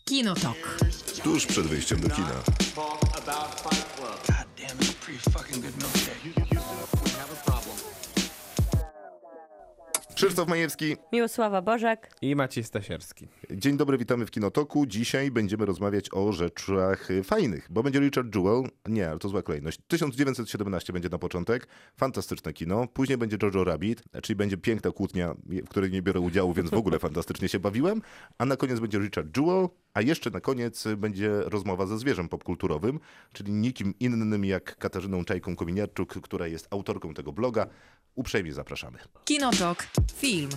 Kinotok. Tuż przed wyjściem do kina. Krzysztof Majewski. Miłosława Bożek. I Maciej Stasierski. Dzień dobry, witamy w Kinotoku. Dzisiaj będziemy rozmawiać o rzeczach fajnych, bo będzie Richard Jewell. Nie, ale to zła kolejność. 1917 będzie na początek. Fantastyczne kino. Później będzie Jojo Rabbit, czyli będzie piękna kłótnia, w której nie biorę udziału, więc w ogóle fantastycznie się bawiłem. A na koniec będzie Richard Jewell, a jeszcze na koniec będzie rozmowa ze zwierzem popkulturowym, czyli nikim innym jak Katarzyną Czajką-Kominiarczuk, która jest autorką tego bloga. Uprzejmie zapraszamy. Kinotok. Film.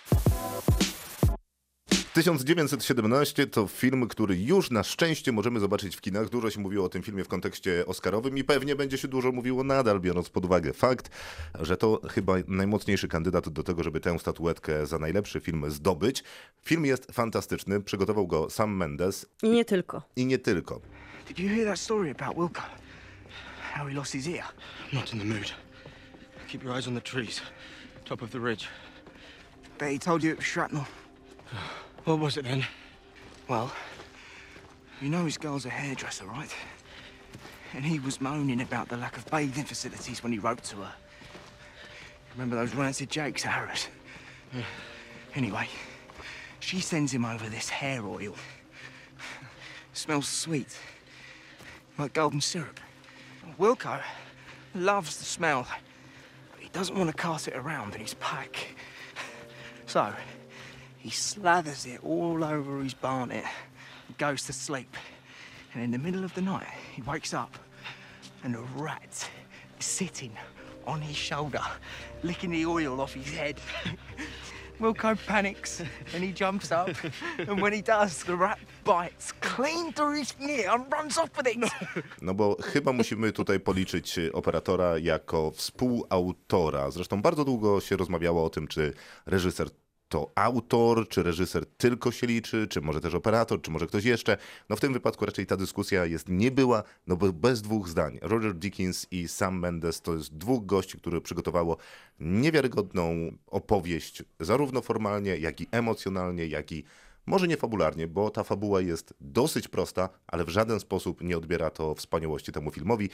1917 to film, który już na szczęście możemy zobaczyć w kinach. Dużo się mówiło o tym filmie w kontekście oscarowym i pewnie będzie się dużo mówiło nadal, biorąc pod uwagę fakt, że to chyba najmocniejszy kandydat do tego, żeby tę statuetkę za najlepszy film zdobyć. Film jest fantastyczny, przygotował go Sam Mendes. I nie tylko. I nie tylko. Did you hear that story about Wilco? How he lost his ear? Not in the mood. Keep your eyes on the trees. Top of the ridge. Bet he told you it was shrapnel. What was it then? Well, you know his girl's a hairdresser, right? And he was moaning about the lack of bathing facilities when he wrote to her. Remember those rancid jakes at Harris? Anyway, she sends him over this hair oil. Smells sweet, like golden syrup. Wilco loves the smell, but he doesn't want to cart it around in his pack. So, he slathers it all over his barnet and goes to sleep. And in the middle of the night, he wakes up and a rat is sitting on his shoulder, licking the oil off his head. Wilco panics and he jumps up. And when he does, the rat bites clean through his ear and runs off with it. No bo chyba musimy tutaj policzyć operatora jako współautora. Zresztą bardzo długo się rozmawiało o tym, czy reżyser to autor, czy reżyser tylko się liczy, czy może też operator, czy może ktoś jeszcze. No w tym wypadku raczej ta dyskusja jest nie była, no bo bez dwóch zdań. Roger Deakins i Sam Mendes to jest dwóch gości, które przygotowało niewiarygodną opowieść, zarówno formalnie, jak i emocjonalnie, jak i może nie fabularnie, bo ta fabuła jest dosyć prosta, ale w żaden sposób nie odbiera to wspaniałości temu filmowi.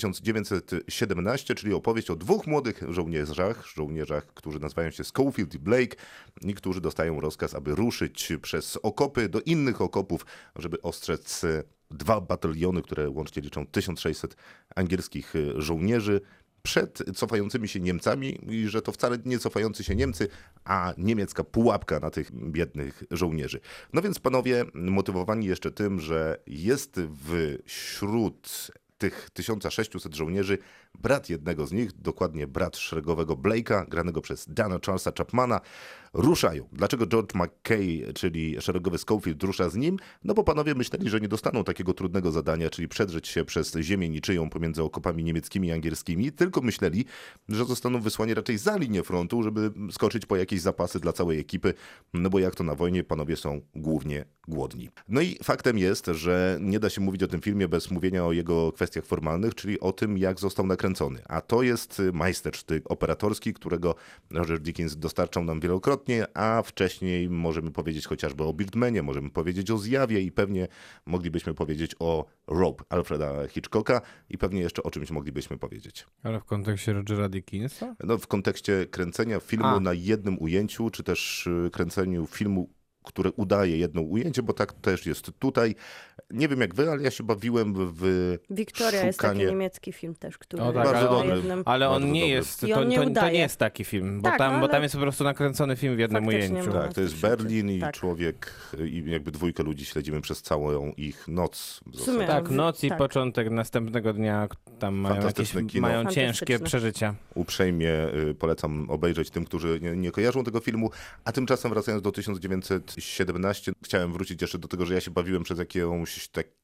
1917, czyli opowieść o dwóch młodych żołnierzach, którzy nazywają się Schofield i Blake i którzy dostają rozkaz, aby ruszyć przez okopy do innych okopów, żeby ostrzec dwa bataliony, które łącznie liczą 1600 angielskich żołnierzy, przed cofającymi się Niemcami i że to wcale nie cofający się Niemcy, a niemiecka pułapka na tych biednych żołnierzy. No więc panowie, motywowani jeszcze tym, że jest wśród tych 1600 żołnierzy brat jednego z nich, dokładnie brat szeregowego Blake'a, granego przez Dana Charlesa Chapmana, ruszają. Dlaczego George McKay, czyli szeregowy Schofield, rusza z nim? No bo panowie myśleli, że nie dostaną takiego trudnego zadania, czyli przedrzeć się przez ziemię niczyją pomiędzy okopami niemieckimi i angielskimi, tylko myśleli, że zostaną wysłani raczej za linię frontu, żeby skoczyć po jakieś zapasy dla całej ekipy, no bo jak to na wojnie, panowie są głównie głodni. No i faktem jest, że nie da się mówić o tym filmie bez mówienia o jego kwestiach formalnych, czyli o tym, jak został nakręcony. A to jest majstersztyk operatorski, którego Roger Deakins dostarczał nam wielokrotnie, a wcześniej możemy powiedzieć chociażby o Birdmanie, możemy powiedzieć o Zjawie i pewnie moglibyśmy powiedzieć o Rope Alfreda Hitchcocka i pewnie jeszcze o czymś moglibyśmy powiedzieć. Ale w kontekście Rogera Deakinsa? No w kontekście kręcenia filmu na jednym ujęciu, czy też kręceniu filmu, które udaje jedno ujęcie, bo tak też jest tutaj. Nie wiem jak wy, ale ja się bawiłem w Wiktoria jest taki niemiecki film też, który O tak, jest bardzo na dobry. jednym... Ale on Bardzo nie dobry. jest, I on nie to udaje. nie jest taki film, bo, Tak, tam, bo ale- tam jest po prostu nakręcony film w jednym Faktycznie ujęciu. ma. Tak, to jest Słyszycie? Berlin i Tak. człowiek, i jakby dwójkę ludzi śledzimy przez całą ich noc. W sumie zasadzie. Tak, noc i Tak. początek następnego dnia tam mają jakieś Fantastyczne kino. mają ciężkie Fantastyczne. przeżycia. Uprzejmie polecam obejrzeć tym, którzy nie kojarzą tego filmu. A tymczasem wracając do 1917, chciałem wrócić jeszcze do tego, że ja się bawiłem przez jakąś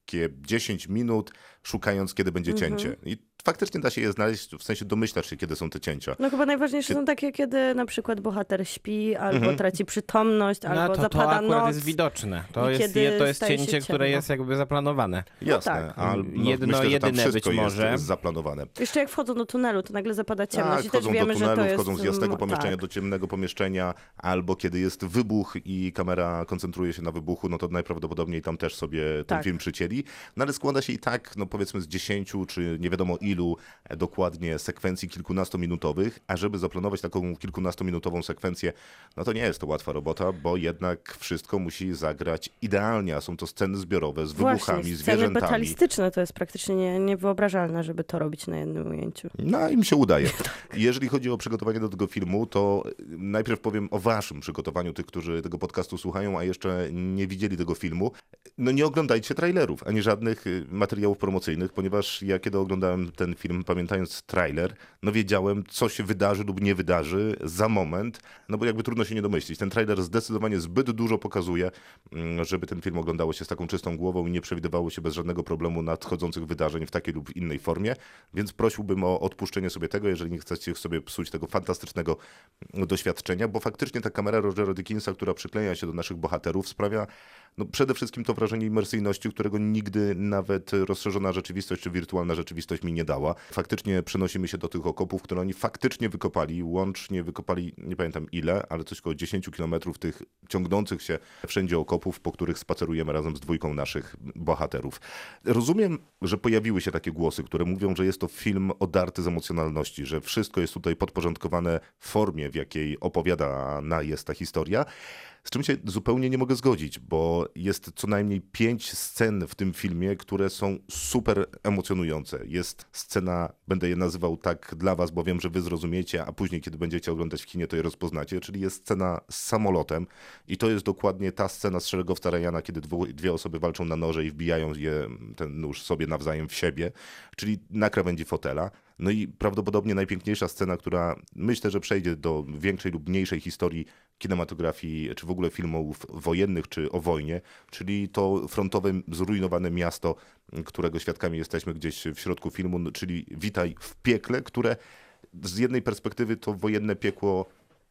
takie 10 minut, szukając, kiedy będzie cięcie. I faktycznie da się je znaleźć, w sensie domyślasz się, kiedy są te cięcia. No chyba najważniejsze są takie, kiedy na przykład bohater śpi, albo traci przytomność, albo zapada to akurat noc. jest widoczne. To i jest kiedy staje się cięcie, które ciemno. jest jakby zaplanowane. Jasne, tak. myślę, że tam jedyne wszystko być może. jest zaplanowane. Jeszcze jak wchodzą do tunelu, to nagle zapada ciemność Tak, i też wchodzą wiemy, do tunelu, że to jest... wchodzą z jasnego pomieszczenia tak. do ciemnego pomieszczenia, albo kiedy jest wybuch i kamera koncentruje się na wybuchu, no to najprawdopodobniej tam też sobie ten Tak. film przycięli. No ale składa się i tak, no powiedzmy z 10 czy nie wiadomo ilu dokładnie sekwencji kilkunastominutowych, a żeby zaplanować taką kilkunastominutową sekwencję, no to nie jest to łatwa robota, bo jednak wszystko musi zagrać idealnie, a są to sceny zbiorowe z wybuchami, Właśnie, sceny zwierzętami. batalistyczne to jest praktycznie niewyobrażalne, żeby to robić na jednym ujęciu. No, im się udaje. Jeżeli chodzi o przygotowanie do tego filmu, to najpierw powiem o waszym przygotowaniu, tych, którzy tego podcastu słuchają, a jeszcze nie widzieli tego filmu. No nie oglądajcie trailerów, ani żadnych materiałów promocyjnych, ponieważ ja kiedy oglądałem ten film, pamiętając trailer, no wiedziałem, co się wydarzy lub nie wydarzy za moment, no bo jakby trudno się nie domyślić. Ten trailer zdecydowanie zbyt dużo pokazuje, żeby ten film oglądało się z taką czystą głową i nie przewidywało się bez żadnego problemu nadchodzących wydarzeń w takiej lub innej formie, więc prosiłbym o odpuszczenie sobie tego, jeżeli nie chcecie sobie psuć tego fantastycznego doświadczenia, bo faktycznie ta kamera Rogera Dickinsa, która przykleja się do naszych bohaterów, sprawia no przede wszystkim to wrażenie imersyjności, którego nigdy nawet rozszerzona rzeczywistość czy wirtualna rzeczywistość mi nie dała. Faktycznie przenosimy się do tych okopów, które oni faktycznie wykopali, łącznie wykopali, nie pamiętam ile, ale coś około 10 kilometrów tych ciągnących się wszędzie okopów, po których spacerujemy razem z dwójką naszych bohaterów. Rozumiem, że pojawiły się takie głosy, które mówią, że jest to film odarty z emocjonalności, że wszystko jest tutaj podporządkowane formie, w jakiej opowiadana jest ta historia. Z czym się zupełnie nie mogę zgodzić, bo jest co najmniej 5 scen w tym filmie, które są super emocjonujące. Jest scena, będę je nazywał tak dla was, bo wiem, że wy zrozumiecie, a później, kiedy będziecie oglądać w kinie, to je rozpoznacie, czyli jest scena z samolotem i to jest dokładnie ta scena z Szeregowca Ryana, kiedy dwie osoby walczą na noże i wbijają ten nóż sobie nawzajem w siebie, czyli na krawędzi fotela. No i prawdopodobnie najpiękniejsza scena, która myślę, że przejdzie do większej lub mniejszej historii kinematografii, czy w ogóle filmów wojennych, czy o wojnie, czyli to frontowe, zrujnowane miasto, którego świadkami jesteśmy gdzieś w środku filmu, czyli Witaj w piekle, które z jednej perspektywy to wojenne piekło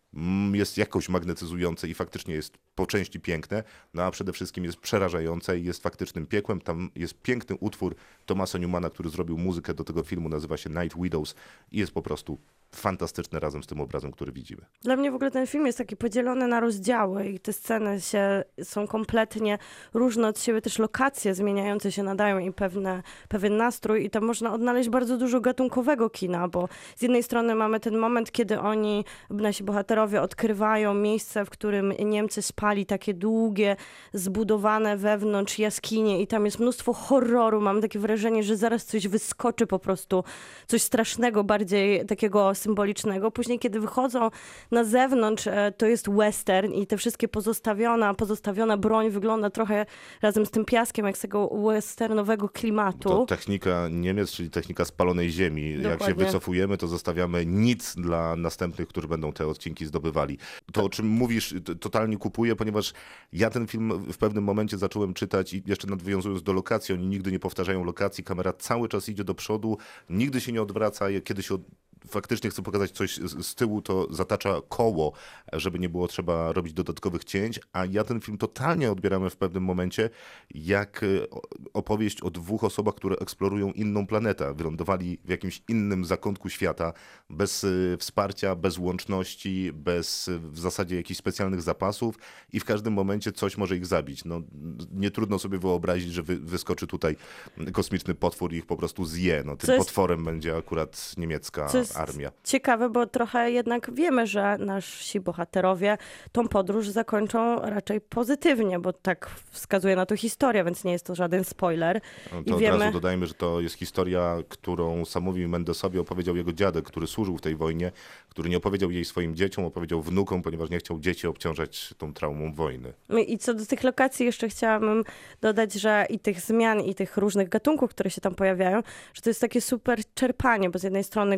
jest jakoś magnetyzujące i faktycznie jest po części piękne, no a przede wszystkim jest przerażające i jest faktycznym piekłem. Tam jest piękny utwór Thomasa Newmana, który zrobił muzykę do tego filmu, nazywa się Night Widows i jest po prostu fantastyczny razem z tym obrazem, który widzimy. Dla mnie w ogóle ten film jest taki podzielony na rozdziały i te sceny są kompletnie różne od siebie, też lokacje zmieniające się nadają im pewien nastrój i tam można odnaleźć bardzo dużo gatunkowego kina, bo z jednej strony mamy ten moment, kiedy nasi bohaterowie odkrywają miejsce, w którym Niemcy spali takie długie, zbudowane wewnątrz jaskinie i tam jest mnóstwo horroru. Mam takie wrażenie, że zaraz coś wyskoczy po prostu, coś strasznego, bardziej takiego symbolicznego. Później, kiedy wychodzą na zewnątrz, to jest western i te wszystkie pozostawiona broń wygląda trochę razem z tym piaskiem, jak z tego westernowego klimatu. To technika Niemiec, czyli technika spalonej ziemi. Dokładnie. Jak się wycofujemy, to zostawiamy nic dla następnych, którzy będą te odcinki zdobywali. To, o czym mówisz, totalnie kupuję, ponieważ ja ten film w pewnym momencie zacząłem czytać i jeszcze nadwiązując do lokacji, oni nigdy nie powtarzają lokacji, kamera cały czas idzie do przodu, nigdy się nie odwraca, kiedy się faktycznie chce pokazać coś z tyłu, to zatacza koło, żeby nie było trzeba robić dodatkowych cięć, a ja ten film totalnie odbieramy w pewnym momencie jak opowieść o dwóch osobach, które eksplorują inną planetę. Wylądowali w jakimś innym zakątku świata, bez wsparcia, bez łączności, bez w zasadzie jakichś specjalnych zapasów i w każdym momencie coś może ich zabić. No, nie trudno sobie wyobrazić, że wyskoczy tutaj kosmiczny potwór i ich po prostu zje. No, tym potworem będzie akurat niemiecka armia. Ciekawe, bo trochę jednak wiemy, że nasi bohaterowie tą podróż zakończą raczej pozytywnie, bo tak wskazuje na to historia, więc nie jest to żaden spoiler. No to od razu dodajmy, że to jest historia, którą Samowi Mendesowi opowiedział jego dziadek, który służył w tej wojnie, który nie opowiedział jej swoim dzieciom, opowiedział wnukom, ponieważ nie chciał dzieci obciążać tą traumą wojny. I co do tych lokacji jeszcze chciałabym dodać, że i tych zmian, i tych różnych gatunków, które się tam pojawiają, że to jest takie super czerpanie, bo z jednej strony główny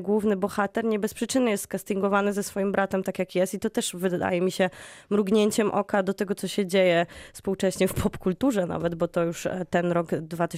bohater nie bez przyczyny jest castingowany ze swoim bratem tak jak jest i to też wydaje mi się mrugnięciem oka do tego, co się dzieje współcześnie w popkulturze nawet, bo to już ten rok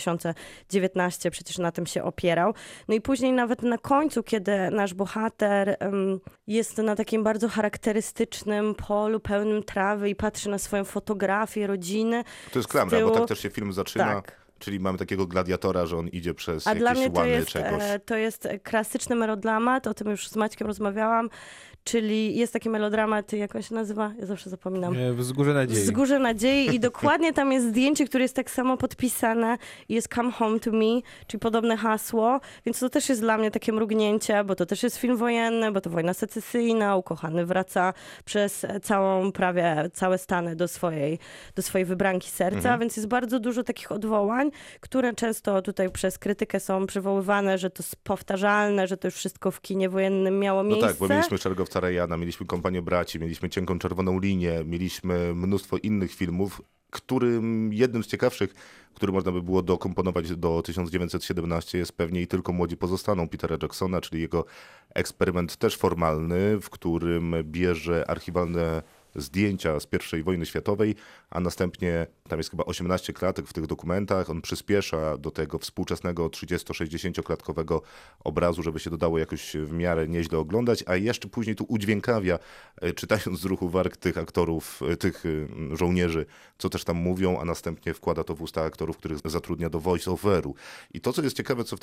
2019 przecież na tym się opierał. No i później nawet na końcu, kiedy nasz bohater jest na takim bardzo charakterystycznym polu pełnym trawy i patrzy na swoją fotografię rodziny. To jest klamra, bo tyłu- tak też się film zaczyna. Tak. Czyli mamy takiego gladiatora, że on idzie przez A dla jakieś mnie to łany jest, czegoś. to jest klasyczny melodramat, o tym już z Maćkiem rozmawiałam, czyli jest taki melodramat, jak on się nazywa? Ja zawsze zapominam. Wzgórze Nadziei. Wzgórze Nadziei i dokładnie tam jest zdjęcie, które jest tak samo podpisane i jest Come Home to Me, czyli podobne hasło, więc to też jest dla mnie takie mrugnięcie, bo to też jest film wojenny, bo to wojna secesyjna, ukochany wraca przez prawie całe Stany do swojej wybranki serca, więc jest bardzo dużo takich odwołań, które często tutaj przez krytykę są przywoływane, że to jest powtarzalne, że to już wszystko w kinie wojennym miało No miejsce. tak, bo mieliśmy Szeregowca Rejana, mieliśmy Kompanię Braci, mieliśmy Cienką Czerwoną Linię, mieliśmy mnóstwo innych filmów, którym jednym z ciekawszych, który można by było dokomponować do 1917 jest pewnie I tylko młodzi pozostaną Petera Jacksona, czyli jego eksperyment też formalny, w którym bierze archiwalne zdjęcia z I wojny światowej, a następnie tam jest chyba 18 klatek w tych dokumentach. On przyspiesza do tego współczesnego 30-60-klatkowego obrazu, żeby się dodało jakoś w miarę nieźle oglądać, a jeszcze później tu udźwiękawia, czytając z ruchu warg tych aktorów, tych żołnierzy, co też tam mówią, a następnie wkłada to w usta aktorów, których zatrudnia do voice-overu. I to, co jest ciekawe, co w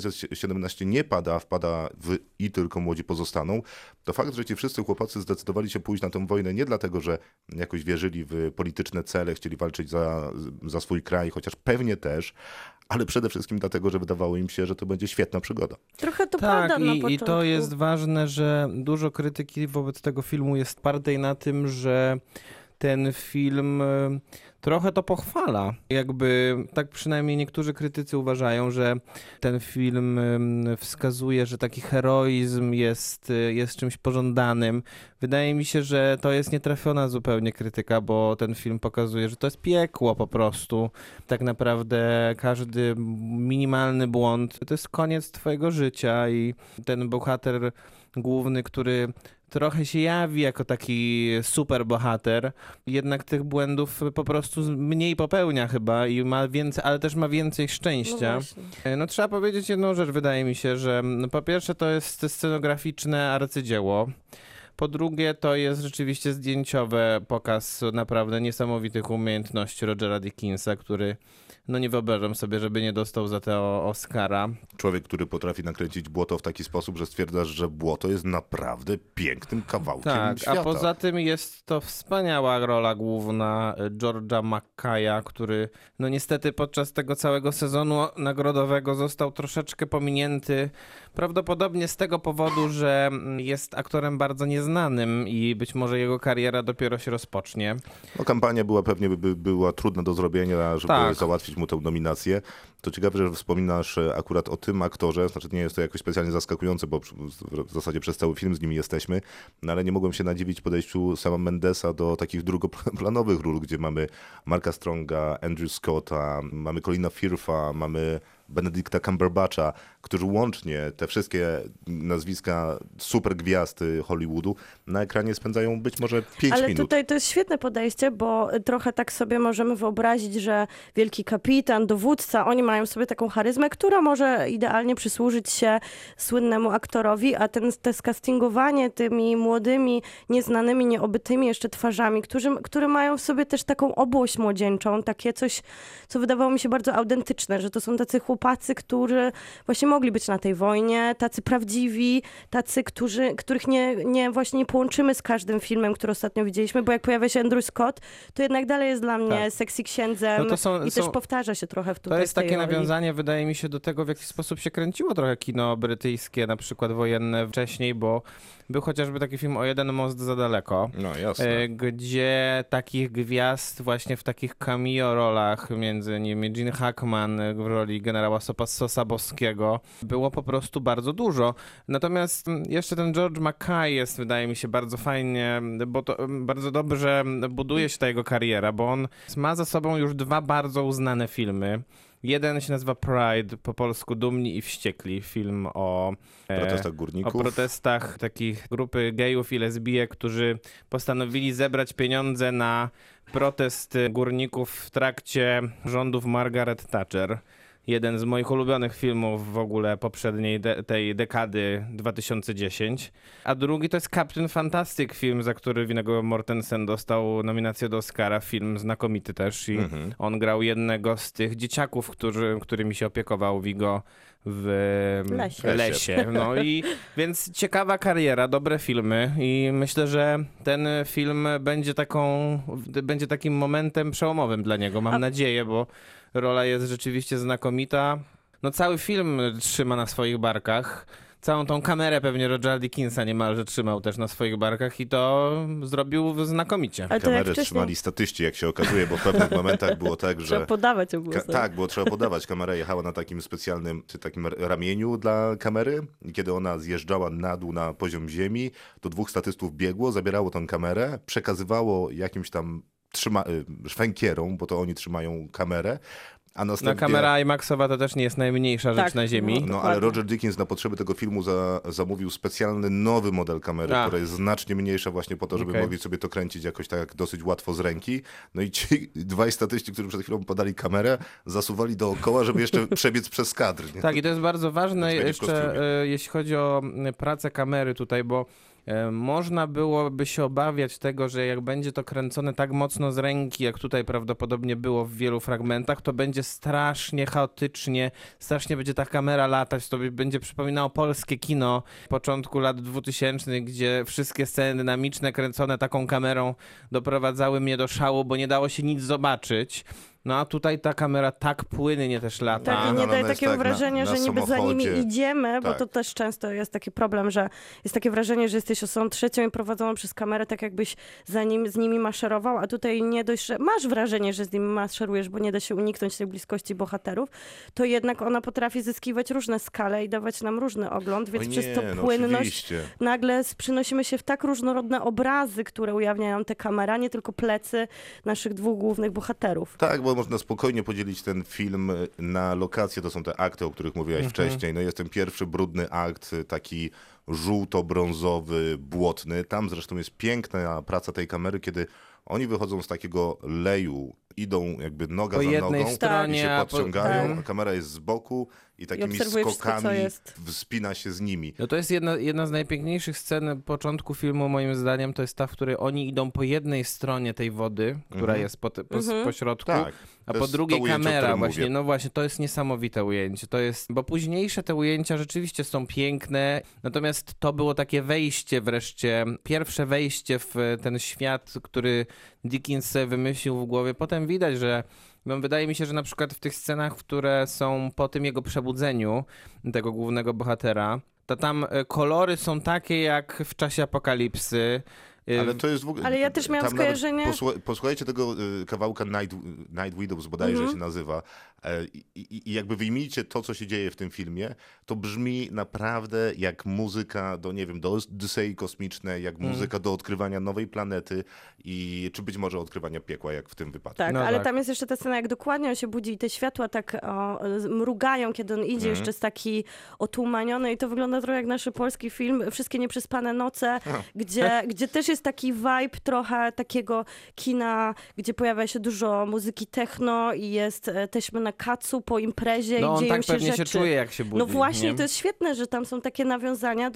1917 nie pada, a wpada w I tylko młodzi pozostaną, to fakt, że ci wszyscy chłopacy zdecydowali się pójść na tę wojnę nie dlatego, że jakoś wierzyli w polityczne cele, chcieli walczyć za swój kraj, chociaż pewnie też, ale przede wszystkim dlatego, że wydawało im się, że to będzie świetna przygoda. Trochę to Tak, pada na początku. i to jest ważne, że dużo krytyki wobec tego filmu jest partej na tym, że ten film trochę to pochwala. Jakby tak przynajmniej niektórzy krytycy uważają, że ten film wskazuje, że taki heroizm jest czymś pożądanym. Wydaje mi się, że to jest nietrafiona zupełnie krytyka, bo ten film pokazuje, że to jest piekło po prostu. Tak naprawdę każdy minimalny błąd to jest koniec twojego życia i ten bohater główny, który trochę się jawi jako taki super bohater, jednak tych błędów po prostu mniej popełnia chyba i ma więcej, ale też ma więcej szczęścia. No trzeba powiedzieć jedną rzecz, wydaje mi się, że po pierwsze to jest scenograficzne arcydzieło. Po drugie, to jest rzeczywiście zdjęciowy pokaz naprawdę niesamowitych umiejętności Rogera Dickinsa, który no nie wyobrażam sobie, żeby nie dostał za to Oscara. Człowiek, który potrafi nakręcić błoto w taki sposób, że stwierdzasz, że błoto jest naprawdę pięknym kawałkiem Tak, świata. a poza tym jest to wspaniała rola główna George'a Mackaya, który no niestety podczas tego całego sezonu nagrodowego został troszeczkę pominięty. Prawdopodobnie z tego powodu, że jest aktorem bardzo nieznanym i być może jego kariera dopiero się rozpocznie. No, kampania była pewnie była trudna do zrobienia, żeby Tak. załatwić mu tę nominację. To ciekawe, że wspominasz akurat o tym aktorze, znaczy nie jest to jakoś specjalnie zaskakujące, bo w zasadzie przez cały film z nim jesteśmy, no ale nie mogłem się nadziwić podejściu Sama Mendesa do takich drugoplanowych ról, gdzie mamy Marka Stronga, Andrew Scotta, mamy Colina Firtha, mamy Benedicta Cumberbatcha, którzy łącznie te wszystkie nazwiska super gwiazdy Hollywoodu na ekranie spędzają być może 5 Ale minut. tutaj to jest świetne podejście, bo trochę tak sobie możemy wyobrazić, że wielki kapitan, dowódca, oni mają sobie taką charyzmę, która może idealnie przysłużyć się słynnemu aktorowi, a te castingowanie tymi młodymi, nieznanymi, nieobytymi jeszcze twarzami, które mają w sobie też taką obłość młodzieńczą, takie coś, co wydawało mi się bardzo autentyczne, że to są tacy chłopacy, którzy właśnie mogli być na tej wojnie, tacy prawdziwi, tacy, których właśnie nie połączymy z każdym filmem, który ostatnio widzieliśmy, bo jak pojawia się Andrew Scott, to jednak dalej jest dla mnie sexy księdzem No i też powtarza się trochę To jest w tej takie roli. nawiązanie, wydaje mi się, do tego, w jaki sposób się kręciło trochę kino brytyjskie, na przykład wojenne wcześniej, bo był chociażby taki film O jeden most za daleko, No jasne. gdzie takich gwiazd właśnie w takich cameo rolach, między innymi Gene Hackman w roli generała Sosa Boskiego, było po prostu bardzo dużo. Natomiast jeszcze ten George Mackay jest, wydaje mi się, bardzo fajnie, bo to bardzo dobrze buduje się ta jego kariera, bo on ma za sobą już 2 bardzo uznane filmy. Jeden się nazywa Pride, po polsku Dumni i Wściekli, film o Protestach o górników. protestach takich grupy gejów i lesbijek, którzy postanowili zebrać pieniądze na protest górników w trakcie rządów Margaret Thatcher. Jeden z moich ulubionych filmów w ogóle poprzedniej tej dekady 2010. A drugi to jest Captain Fantastic, film, za który Viggo Mortensen dostał nominację do Oscara. Film znakomity też i on grał jednego z tych dzieciaków, którymi się opiekował Viggo w lesie. No i więc ciekawa kariera, dobre filmy i myślę, że ten film będzie takim momentem przełomowym dla niego. Mam nadzieję, bo rola jest rzeczywiście znakomita. No cały film trzyma na swoich barkach. Całą tą kamerę pewnie Rogera Dickinsa niemalże trzymał też na swoich barkach i to zrobił znakomicie. Ale to jak Kamerę wcześniej... trzymali statyści, jak się okazuje, bo w pewnych momentach było tak, że... Trzeba podawać ogłosy. Tak, było trzeba podawać. Kamera jechała na takim specjalnym, czy takim ramieniu dla kamery. I kiedy ona zjeżdżała na dół na poziom ziemi, to 2 statystów biegło, zabierało tą kamerę, przekazywało jakimś tam szwękierom, bo to oni trzymają kamerę. A następnie... kamera IMAX-owa to też nie jest najmniejsza rzecz na ziemi. No ale Roger Dickens na potrzeby tego filmu zamówił specjalny nowy model kamery, która jest znacznie mniejsza właśnie po to, żeby mogli sobie to kręcić jakoś tak dosyć łatwo z ręki. No i ci 2 statyści, którzy przed chwilą podali kamerę, zasuwali dookoła, żeby jeszcze przebiec przez kadr. Nie? Tak, i to jest bardzo ważne jeszcze, jeśli chodzi o pracę kamery tutaj, bo można byłoby się obawiać tego, że jak będzie to kręcone tak mocno z ręki, jak tutaj prawdopodobnie było w wielu fragmentach, to będzie strasznie chaotycznie, strasznie będzie ta kamera latać, to będzie przypominało polskie kino początku lat 2000, gdzie wszystkie sceny dynamiczne kręcone taką kamerą doprowadzały mnie do szału, bo nie dało się nic zobaczyć. No a tutaj ta kamera tak płynnie też lata. Tak, i nie daje takiego tak wrażenia, że niby za nimi idziemy, bo Tak. to też często jest taki problem, że jest takie wrażenie, że jesteś osobą trzecią i prowadzoną przez kamerę, tak jakbyś z nimi maszerował, a tutaj nie dość, że masz wrażenie, że z nimi maszerujesz, bo nie da się uniknąć tej bliskości bohaterów, to jednak ona potrafi zyskiwać różne skale i dawać nam różny ogląd, więc przez tą płynność nagle przynosimy się w tak różnorodne obrazy, które ujawniają te kamera, nie tylko plecy naszych 2 głównych bohaterów. Tak, bo można spokojnie podzielić ten film na lokacje, to są te akty, o których mówiłaś wcześniej. No jest ten pierwszy brudny akt, taki żółto-brązowy, błotny. Tam zresztą jest piękna praca tej kamery, kiedy oni wychodzą z takiego leju, idą jakby noga po za jednej nogą stronie, i się podciągają, tak. a kamera jest z boku i takimi obserwuje wszystko, co skokami jest. wspina się z nimi. No to jest jedna z najpiękniejszych scen początku filmu, moim zdaniem, to jest ta, w której oni idą po jednej stronie tej wody, która jest po środku, Tak. a To po jest drugiej to ujęcie, o kamera którym właśnie. mówię. No właśnie, to jest niesamowite ujęcie. To jest, bo późniejsze te ujęcia rzeczywiście są piękne, natomiast to było takie wejście wreszcie, pierwsze wejście w ten świat, który Dickens sobie wymyślił w głowie. Potem widać, że wydaje mi się, że na przykład w tych scenach, które są po tym jego przebudzeniu, tego głównego bohatera, to tam kolory są takie jak w czasie apokalipsy. Ale to jest w ogóle... Ale ja też miałam tam nawet skojarzenie... Posłuchajcie tego kawałka Night Widows bodajże się nazywa. I jakby wyjmijcie to, co się dzieje w tym filmie, to brzmi naprawdę jak muzyka do, nie wiem, do Odysei kosmicznej, jak muzyka do odkrywania nowej planety czy być może odkrywania piekła, jak w tym wypadku. Tak, No ale tak. tam jest jeszcze ta scena, jak dokładnie on się budzi i te światła tak mrugają, kiedy on idzie, jeszcze jest taki otłumaniony i to wygląda trochę jak nasz polski film Wszystkie nieprzespane noce, gdzie też jest taki vibe trochę takiego kina, gdzie pojawia się dużo muzyki techno i jesteśmy na kacu po imprezie No i on dzieją tak się pewnie rzeczy. się czuje, jak się budzi. No właśnie, nie? to jest świetne, że tam są takie nawiązania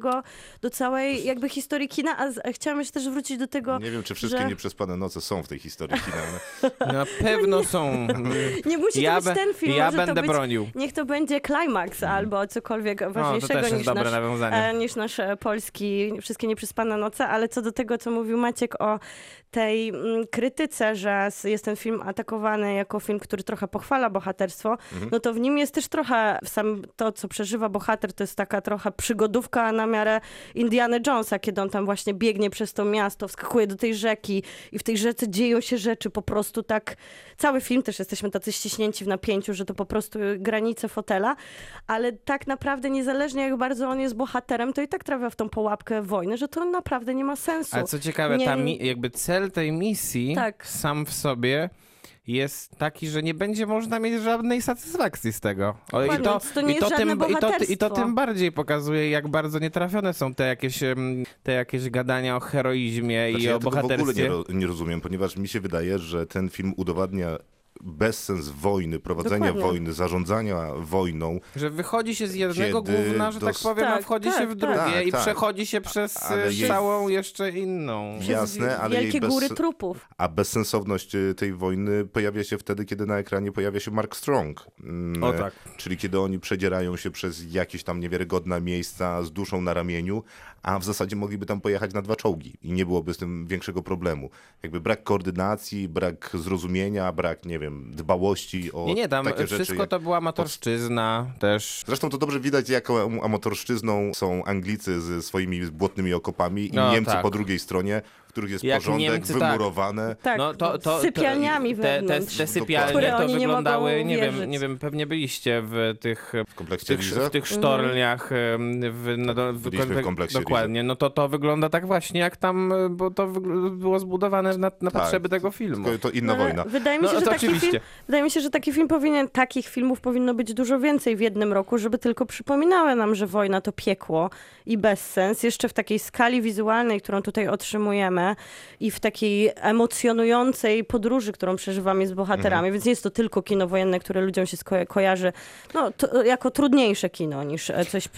do całej jakby historii kina, a chciałam jeszcze też wrócić do tego, Nie wiem, czy wszystkie że... nieprzespane noce są w tej historii kina. Na pewno są. Nie musi to być ten film, Ja może będę to być, bronił. niech to będzie Climax albo cokolwiek ważniejszego też jest dobre nawiązanie. niż nasz polski Wszystkie nieprzespane noce, ale co do tego, co mówił Maciek o tej krytyce, że jest ten film atakowany jako film, który trochę pochwala bohaterstwo, no to w nim jest też trochę to, co przeżywa bohater, to jest taka trochę przygodówka na miarę Indiana Jonesa, kiedy on tam właśnie biegnie przez to miasto, wskakuje do tej rzeki i w tej rzece dzieją się rzeczy po prostu tak. Cały film też jesteśmy tacy ściśnięci w napięciu, że to po prostu granice fotela, ale tak naprawdę niezależnie jak bardzo on jest bohaterem, to i tak trafia w tą pułapkę wojny, że to naprawdę nie ma sensu. Ale co ciekawe, jakby cel tej misji Tak. sam w sobie jest taki, że nie będzie można mieć żadnej satysfakcji z tego. Dokładnie, więc to nie jest żadne i to bohaterstwo. tym bardziej pokazuje, jak bardzo nietrafione są te jakieś gadania o heroizmie Znaczy, i ja o tego w bohaterstwie. ogóle nie rozumiem, ponieważ mi się wydaje, że ten film udowadnia bezsens wojny, prowadzenia Dokładnie. wojny, zarządzania wojną. Że wychodzi się z jednego Kiedy gówna, że tak powiem, a Tak, wchodzi tak, się w tak. drugie Tak, i tak. przechodzi się przez Ale jej- całą jeszcze inną. Jasne, ale Wielkie jej góry trupów. A bezsensowność tej wojny pojawia się wtedy, kiedy na ekranie pojawia się Mark Strong. O tak. Czyli kiedy oni przedzierają się przez jakieś tam niewiarygodne miejsca z duszą na ramieniu, a w zasadzie mogliby tam pojechać na 2 czołgi i nie byłoby z tym większego problemu. Jakby brak koordynacji, brak zrozumienia, brak, nie wiem, dbałości o Nie, tam takie rzeczy. wszystko to była amatorszczyzna też. Zresztą to dobrze widać, jaką amatorszczyzną są Anglicy ze swoimi błotnymi okopami i No, Niemcy tak. po drugiej stronie, w których jest Jak porządek, Niemcy, tak. wymurowane. Tak, No z sypialniami te wewnątrz. sypialnie które to oni nie wyglądały, mogą nie wiem, uwierzyć. nie wiem, pewnie byliście w kompleksie Rize? w tych sztorniach, Byliśmy w kompleksie dokładnie. No to wygląda tak właśnie jak tam, bo to było zbudowane na potrzeby tego filmu. Tylko to inna No, ale wojna. Wydaje mi No, się, że to taki oczywiście. film, wydaje mi się, że taki film takich filmów powinno być dużo więcej w jednym roku, żeby tylko przypominały nam, że wojna to piekło i bezsens. Jeszcze w takiej skali wizualnej, którą tutaj otrzymujemy i w takiej emocjonującej podróży, którą przeżywamy z bohaterami, więc nie jest to tylko kino wojenne, które ludziom się kojarzy jako trudniejsze kino niż coś,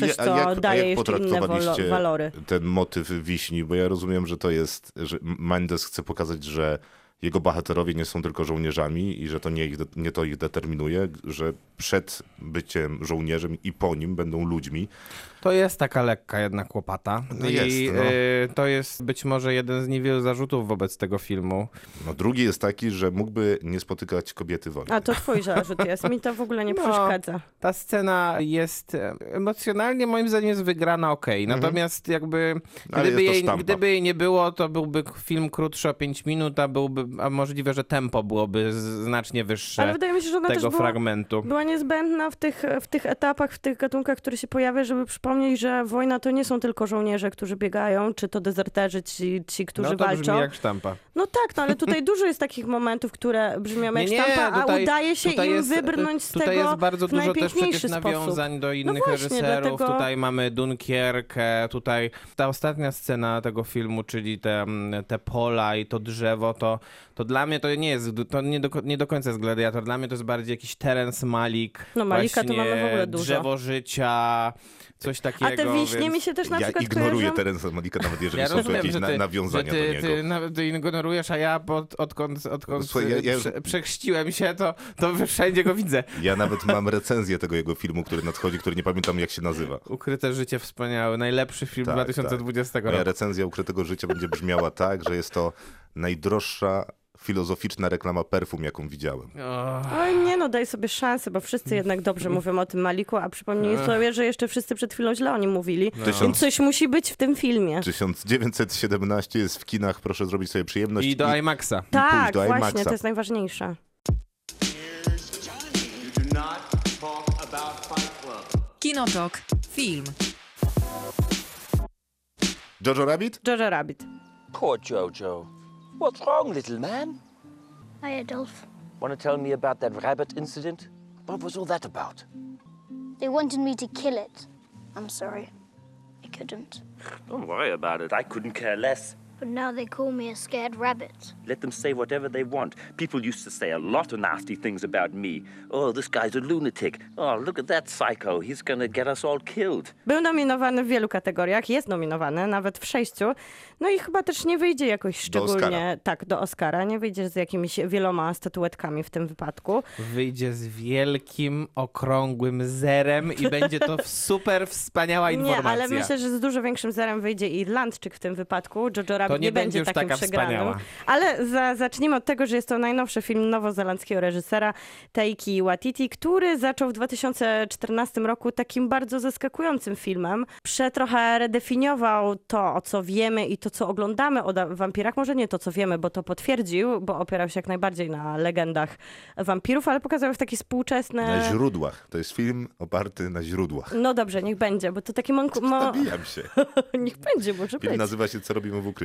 co daje jeszcze inne potraktowaliście walory. ten motyw wiśni? Bo ja rozumiem, że to jest, że Mendes chce pokazać, że jego bohaterowie nie są tylko żołnierzami i że to nie to ich determinuje, że przed byciem żołnierzem i po nim będą ludźmi. To jest taka lekka jednak łopata. No I jest, no. to jest być może jeden z niewielu zarzutów wobec tego filmu. No, drugi jest taki, że mógłby nie spotykać kobiety wojny. A to twój zarzut jest. Mi to w ogóle nie przeszkadza. Ta scena jest emocjonalnie moim zdaniem jest wygrana okej. Natomiast jakby Ale jest to sztampa. gdyby jej nie było, to byłby film krótszy o 5 minut, a możliwe, że tempo byłoby znacznie wyższe Ale wydaje mi się, że ona też tego była fragmentu. Była niezbędna w tych etapach, w tych gatunkach, które się pojawia, żeby przypomnieć, że wojna to nie są tylko żołnierze, którzy biegają, czy to dezerterzy, ci którzy No to walczą. brzmi jak sztampa. No tak, no ale tutaj dużo jest takich momentów, które brzmią jak sztampa, a udaje się im wybrnąć z tego Tutaj jest bardzo w dużo też najpiękniejszy przecież sposób. nawiązań do innych właśnie, reżyserów. dlatego- Tutaj mamy Dunkierkę, tutaj ta ostatnia scena tego filmu, czyli te pola i to drzewo, to dla mnie to nie jest, to nie do końca jest Gladiator. Dla mnie to jest bardziej jakiś Terence Malick. No, Malika to właśnie mamy w ogóle dużo. Drzewo życia, coś takiego. A te wiśnie więc... mi się też na Ja przykład ignoruję kojarzą... Terensa Malika, nawet jeżeli Ja są tu rozumiem, jakieś że ty, nawiązania że do niego. ty ignorujesz, a ja odkąd Słuchaj, przechrzciłem się, to wszędzie go widzę. Ja nawet mam recenzję tego jego filmu, który nadchodzi, który nie pamiętam jak się nazywa. Ukryte życie wspaniałe, najlepszy film Tak, 2020 Moja roku. recenzja Ukrytego Życia będzie brzmiała tak, że jest to najdroższa filozoficzna reklama perfum, jaką widziałem. Oj nie no, daj sobie szansę, bo wszyscy jednak dobrze mówią o tym Maliku, a przypomnij sobie, że jeszcze wszyscy przed chwilą źle o nim mówili. Więc coś musi być w tym filmie. 1917 jest w kinach, proszę zrobić sobie przyjemność. I do IMAXa. Tak, do właśnie, IMAXa. to jest najważniejsze. Kinotok. Film. Jojo Rabbit? Jojo Rabbit. Poor Jojo. What's wrong, little man? Hi, Adolf. Want to tell me about that rabbit incident? What was all that about? They wanted me to kill it. I'm sorry. I couldn't. Don't worry about it. I couldn't care less. But now they call me a scared rabbit. Let them say whatever they want. People used to say a lot of nasty things about me. Oh, this guy's a lunatic. Oh, look at that psycho. He's gonna get us all killed. Był nominowany w wielu kategoriach, jest nominowany nawet w 6. No i chyba też nie wyjdzie jakoś szczególnie do Oscara. Nie wyjdzie z jakimiś wieloma statuetkami w tym wypadku. Wyjdzie z wielkim, okrągłym zerem i będzie to super wspaniała informacja. Nie, ale myślę, że z dużo większym zerem wyjdzie Irlandczyk w tym wypadku. Jojo Rabbit nie nie będzie już takim taka przegranym. wspaniała. Ale zacznijmy od tego, że jest to najnowszy film nowozelandzkiego reżysera Taiki Waititi, który zaczął w 2014 roku takim bardzo zaskakującym filmem. Trochę redefiniował to, o co wiemy i to, co oglądamy o wampirach. Może nie to, co wiemy, bo to potwierdził, bo opierał się jak najbardziej na legendach wampirów, ale pokazał w taki współczesny... Na źródłach. To jest film oparty na źródłach. No dobrze, niech będzie, bo to taki Nabijam się. niech będzie, może Film być. nazywa się Co robimy w ukryciu.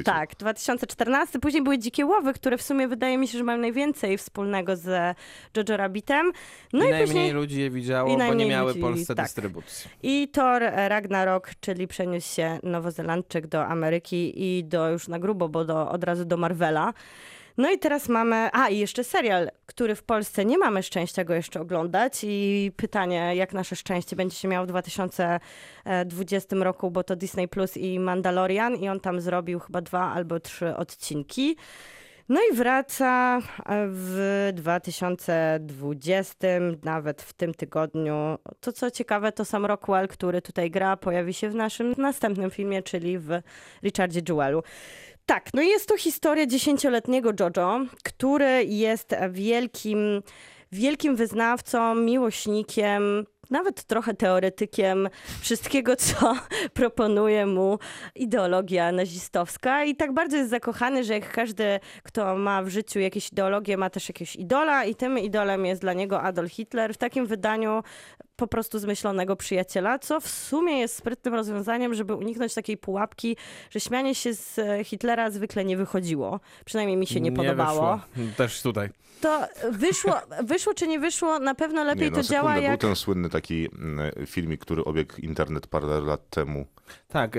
Tak, 2014. Później były Dzikie Łowy, które w sumie wydaje mi się, że mają najwięcej wspólnego z Jojo Rabbitem. No I i najmniej później ludzi je widziało, bo najmniej nie miały ludzi, Polsce tak. dystrybucji. I Thor Ragnarok, czyli przeniósł się Nowozelandczyk do Ameryki i już na grubo, bo od razu do Marvela. No i teraz mamy, i jeszcze serial, który w Polsce nie mamy szczęścia go jeszcze oglądać i pytanie, jak nasze szczęście będzie się miało w 2020 roku, bo to Disney Plus i Mandalorian i on tam zrobił chyba 2 albo 3 odcinki. No i wraca w 2020, nawet w tym tygodniu. To co ciekawe, to sam Rockwell, który tutaj gra, pojawi się w naszym następnym filmie, czyli w Richardzie Jewelu. Tak, no i jest to historia 10-letniego Jojo, który jest wielkim wyznawcą, miłośnikiem, nawet trochę teoretykiem wszystkiego, co proponuje mu ideologia nazistowska. I tak bardzo jest zakochany, że jak każdy, kto ma w życiu jakieś ideologie, ma też jakiegoś idola i tym idolem jest dla niego Adolf Hitler. W takim wydaniu po prostu zmyślonego przyjaciela, co w sumie jest sprytnym rozwiązaniem, żeby uniknąć takiej pułapki, że śmianie się z Hitlera zwykle nie wychodziło. Przynajmniej mi się nie podobało. Wyszło. Też tutaj. To wyszło czy nie wyszło, na pewno lepiej to działa Był jak... ten słynny taki filmik, który obiegł internet parę lat temu. Tak,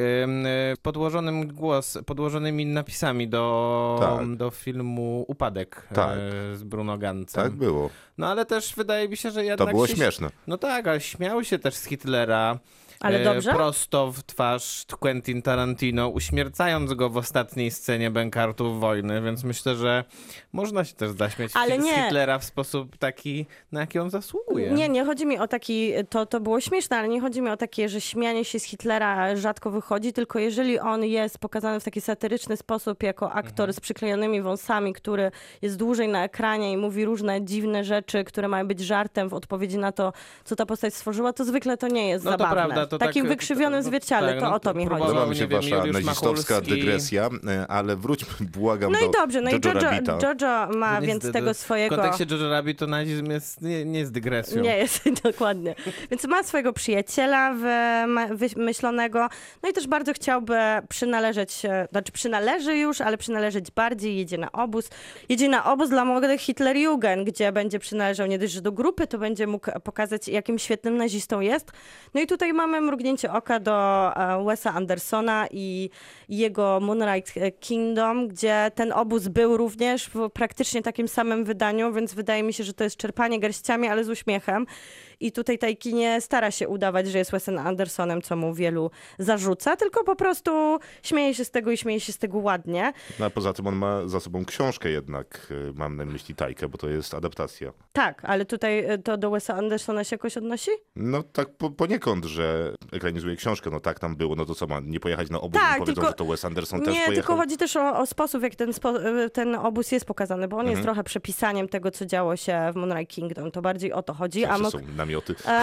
podłożonymi napisami do filmu Upadek z Bruno Gantzem. Tak było. No ale też wydaje mi się, że jednak... To było śmieszne. No tak, ale śmiał się też z Hitlera. Ale dobrze? Prosto w twarz Quentin Tarantino, uśmiercając go w ostatniej scenie Bękartów Wojny, więc myślę, że można się też zaśmiać z Hitlera w sposób taki, na jaki on zasługuje. Nie chodzi mi o taki, to było śmieszne, ale nie chodzi mi o takie, że śmianie się z Hitlera rzadko wychodzi, tylko jeżeli on jest pokazany w taki satyryczny sposób jako aktor z przyklejonymi wąsami, który jest dłużej na ekranie i mówi różne dziwne rzeczy, które mają być żartem w odpowiedzi na to, co ta postać stworzyła, to zwykle to nie jest zabawne. To prawda, to takim tak, wykrzywionym zwierciale, to o to mi chodzi. Podoba mi się wasza Juliusz nazistowska Machulski. dygresja, ale wróćmy, błagam, No do i dobrze, no i Jojo Rabbita. Jojo ma więc tego swojego... W kontekście Jojo Rabbit to nazizm nie jest dygresją. Nie jest, dokładnie. Więc ma swojego przyjaciela wymyślonego, no i też bardzo chciałby przynależy już, ale przynależeć bardziej, jedzie na obóz dla młodych Hitlerjugend, gdzie będzie przynależał nie dość, że do grupy, to będzie mógł pokazać, jakim świetnym nazistą jest. No i tutaj mamy mrugnięcie oka do Wesa Andersona i jego Moonlight Kingdom, gdzie ten obóz był również w praktycznie takim samym wydaniu, więc wydaje mi się, że to jest czerpanie garściami, ale z uśmiechem. I tutaj Taiki nie stara się udawać, że jest Wesem Andersonem, co mu wielu zarzuca, tylko po prostu śmieje się z tego i śmieje się z tego ładnie. No a poza tym on ma za sobą książkę jednak, mam na myśli Tajkę, bo to jest adaptacja. Tak, ale tutaj to do Wesa Andersona się jakoś odnosi? No tak poniekąd, że ekranizuje książkę, no tak tam było, no to co ma, nie pojechać na obóz, Tak, i powiedzą, tylko- że to Wes Anderson też Nie, pojechał. tylko chodzi też o sposób, jak ten obóz jest pokazany, bo on jest trochę przepisaniem tego, co działo się w Moonlight Kingdom. To bardziej o to chodzi. W sensie są namioty.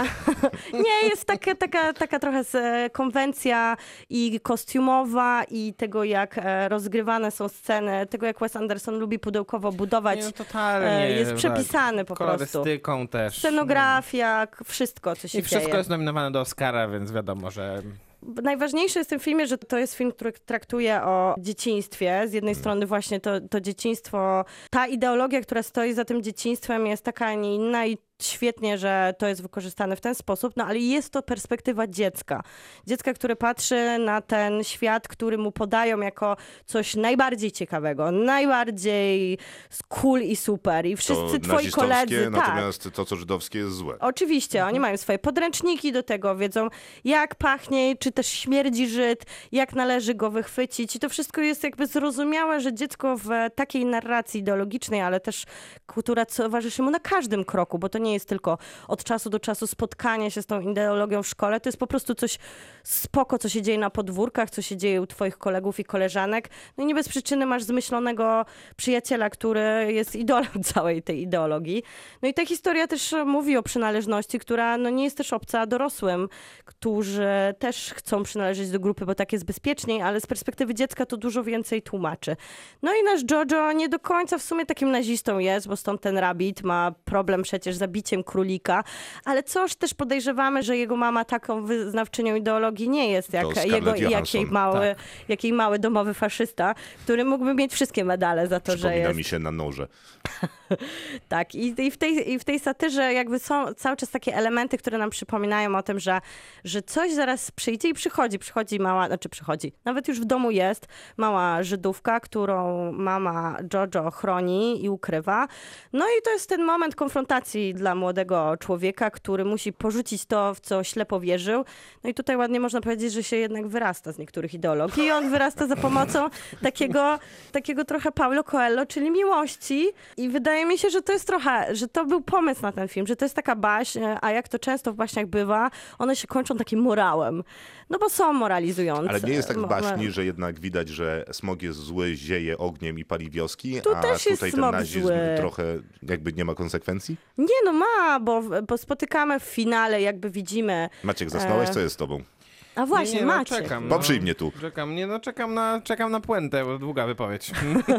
Nie, jest taka trochę konwencja i kostiumowa i tego, jak rozgrywane są sceny, tego, jak Wes Anderson lubi pudełkowo budować. Nie, totalnie. Jest przepisany po prostu. Kolorystyką też. Scenografia, wszystko, co się I wszystko dzieje. jest nominowane do Oscara, więc wiadomo, że... Najważniejsze jest w tym filmie, że to jest film, który traktuje o dzieciństwie. Z jednej strony właśnie to dzieciństwo, ta ideologia, która stoi za tym dzieciństwem jest taka, a nie inna i świetnie, że to jest wykorzystane w ten sposób, no ale jest to perspektywa dziecka. Dziecka, które patrzy na ten świat, który mu podają jako coś najbardziej ciekawego, najbardziej cool i super. I wszyscy to twoi koledzy... natomiast to, co żydowskie, jest złe. Oczywiście, oni mają swoje podręczniki do tego, wiedzą jak pachnie, czy też śmierdzi Żyd, jak należy go wychwycić. I to wszystko jest jakby zrozumiałe, że dziecko w takiej narracji ideologicznej, ale też która towarzyszy mu na każdym kroku, bo to nie jest tylko od czasu do czasu spotkanie się z tą ideologią w szkole, to jest po prostu coś spoko, co się dzieje na podwórkach, co się dzieje u twoich kolegów i koleżanek. No i nie bez przyczyny masz zmyślonego przyjaciela, który jest idolem całej tej ideologii. No i ta historia też mówi o przynależności, która no nie jest też obca dorosłym, którzy też chcą przynależeć do grupy, bo tak jest bezpieczniej, ale z perspektywy dziecka to dużo więcej tłumaczy. No i nasz Jojo nie do końca w sumie takim nazistą jest, bo stąd ten Rabbit ma problem przecież z zabiciem królika, ale coś też podejrzewamy, że jego mama taką wyznawczynią ideologii nie jest, jak jak jej mały domowy faszysta, który mógłby mieć wszystkie medale za to, że Przypomina jest... mi się na noże. Tak, i w tej satyrze jakby są cały czas takie elementy, które nam przypominają o tym, że coś zaraz przyjdzie i przychodzi mała, nawet już w domu jest mała Żydówka, którą mama Jojo chroni i ukrywa. No i to jest ten moment konfrontacji dla młodego człowieka, który musi porzucić to, w co ślepo wierzył. No i tutaj ładnie można powiedzieć, że się jednak wyrasta z niektórych ideologii i on wyrasta za pomocą takiego trochę Paulo Coelho, czyli miłości. I wydaje mi się, że to jest trochę, że to był pomysł na ten film, że to jest taka baśń, a jak to często w baśniach bywa, one się kończą takim morałem. No bo są moralizujące. Ale nie jest tak w baśni, że jednak widać, że smog jest zły, zieje ogniem i pali wioski, Tu a też jest tutaj ten smog nazizm zły. trochę jakby nie ma konsekwencji? Nie, no ma, bo spotykamy w finale, jakby widzimy... Maciek, zasnąłeś? Co jest z tobą? A właśnie, nie, Maciek. Czekam. Poprzyj mnie tu. Czekam na puentę, bo długa wypowiedź.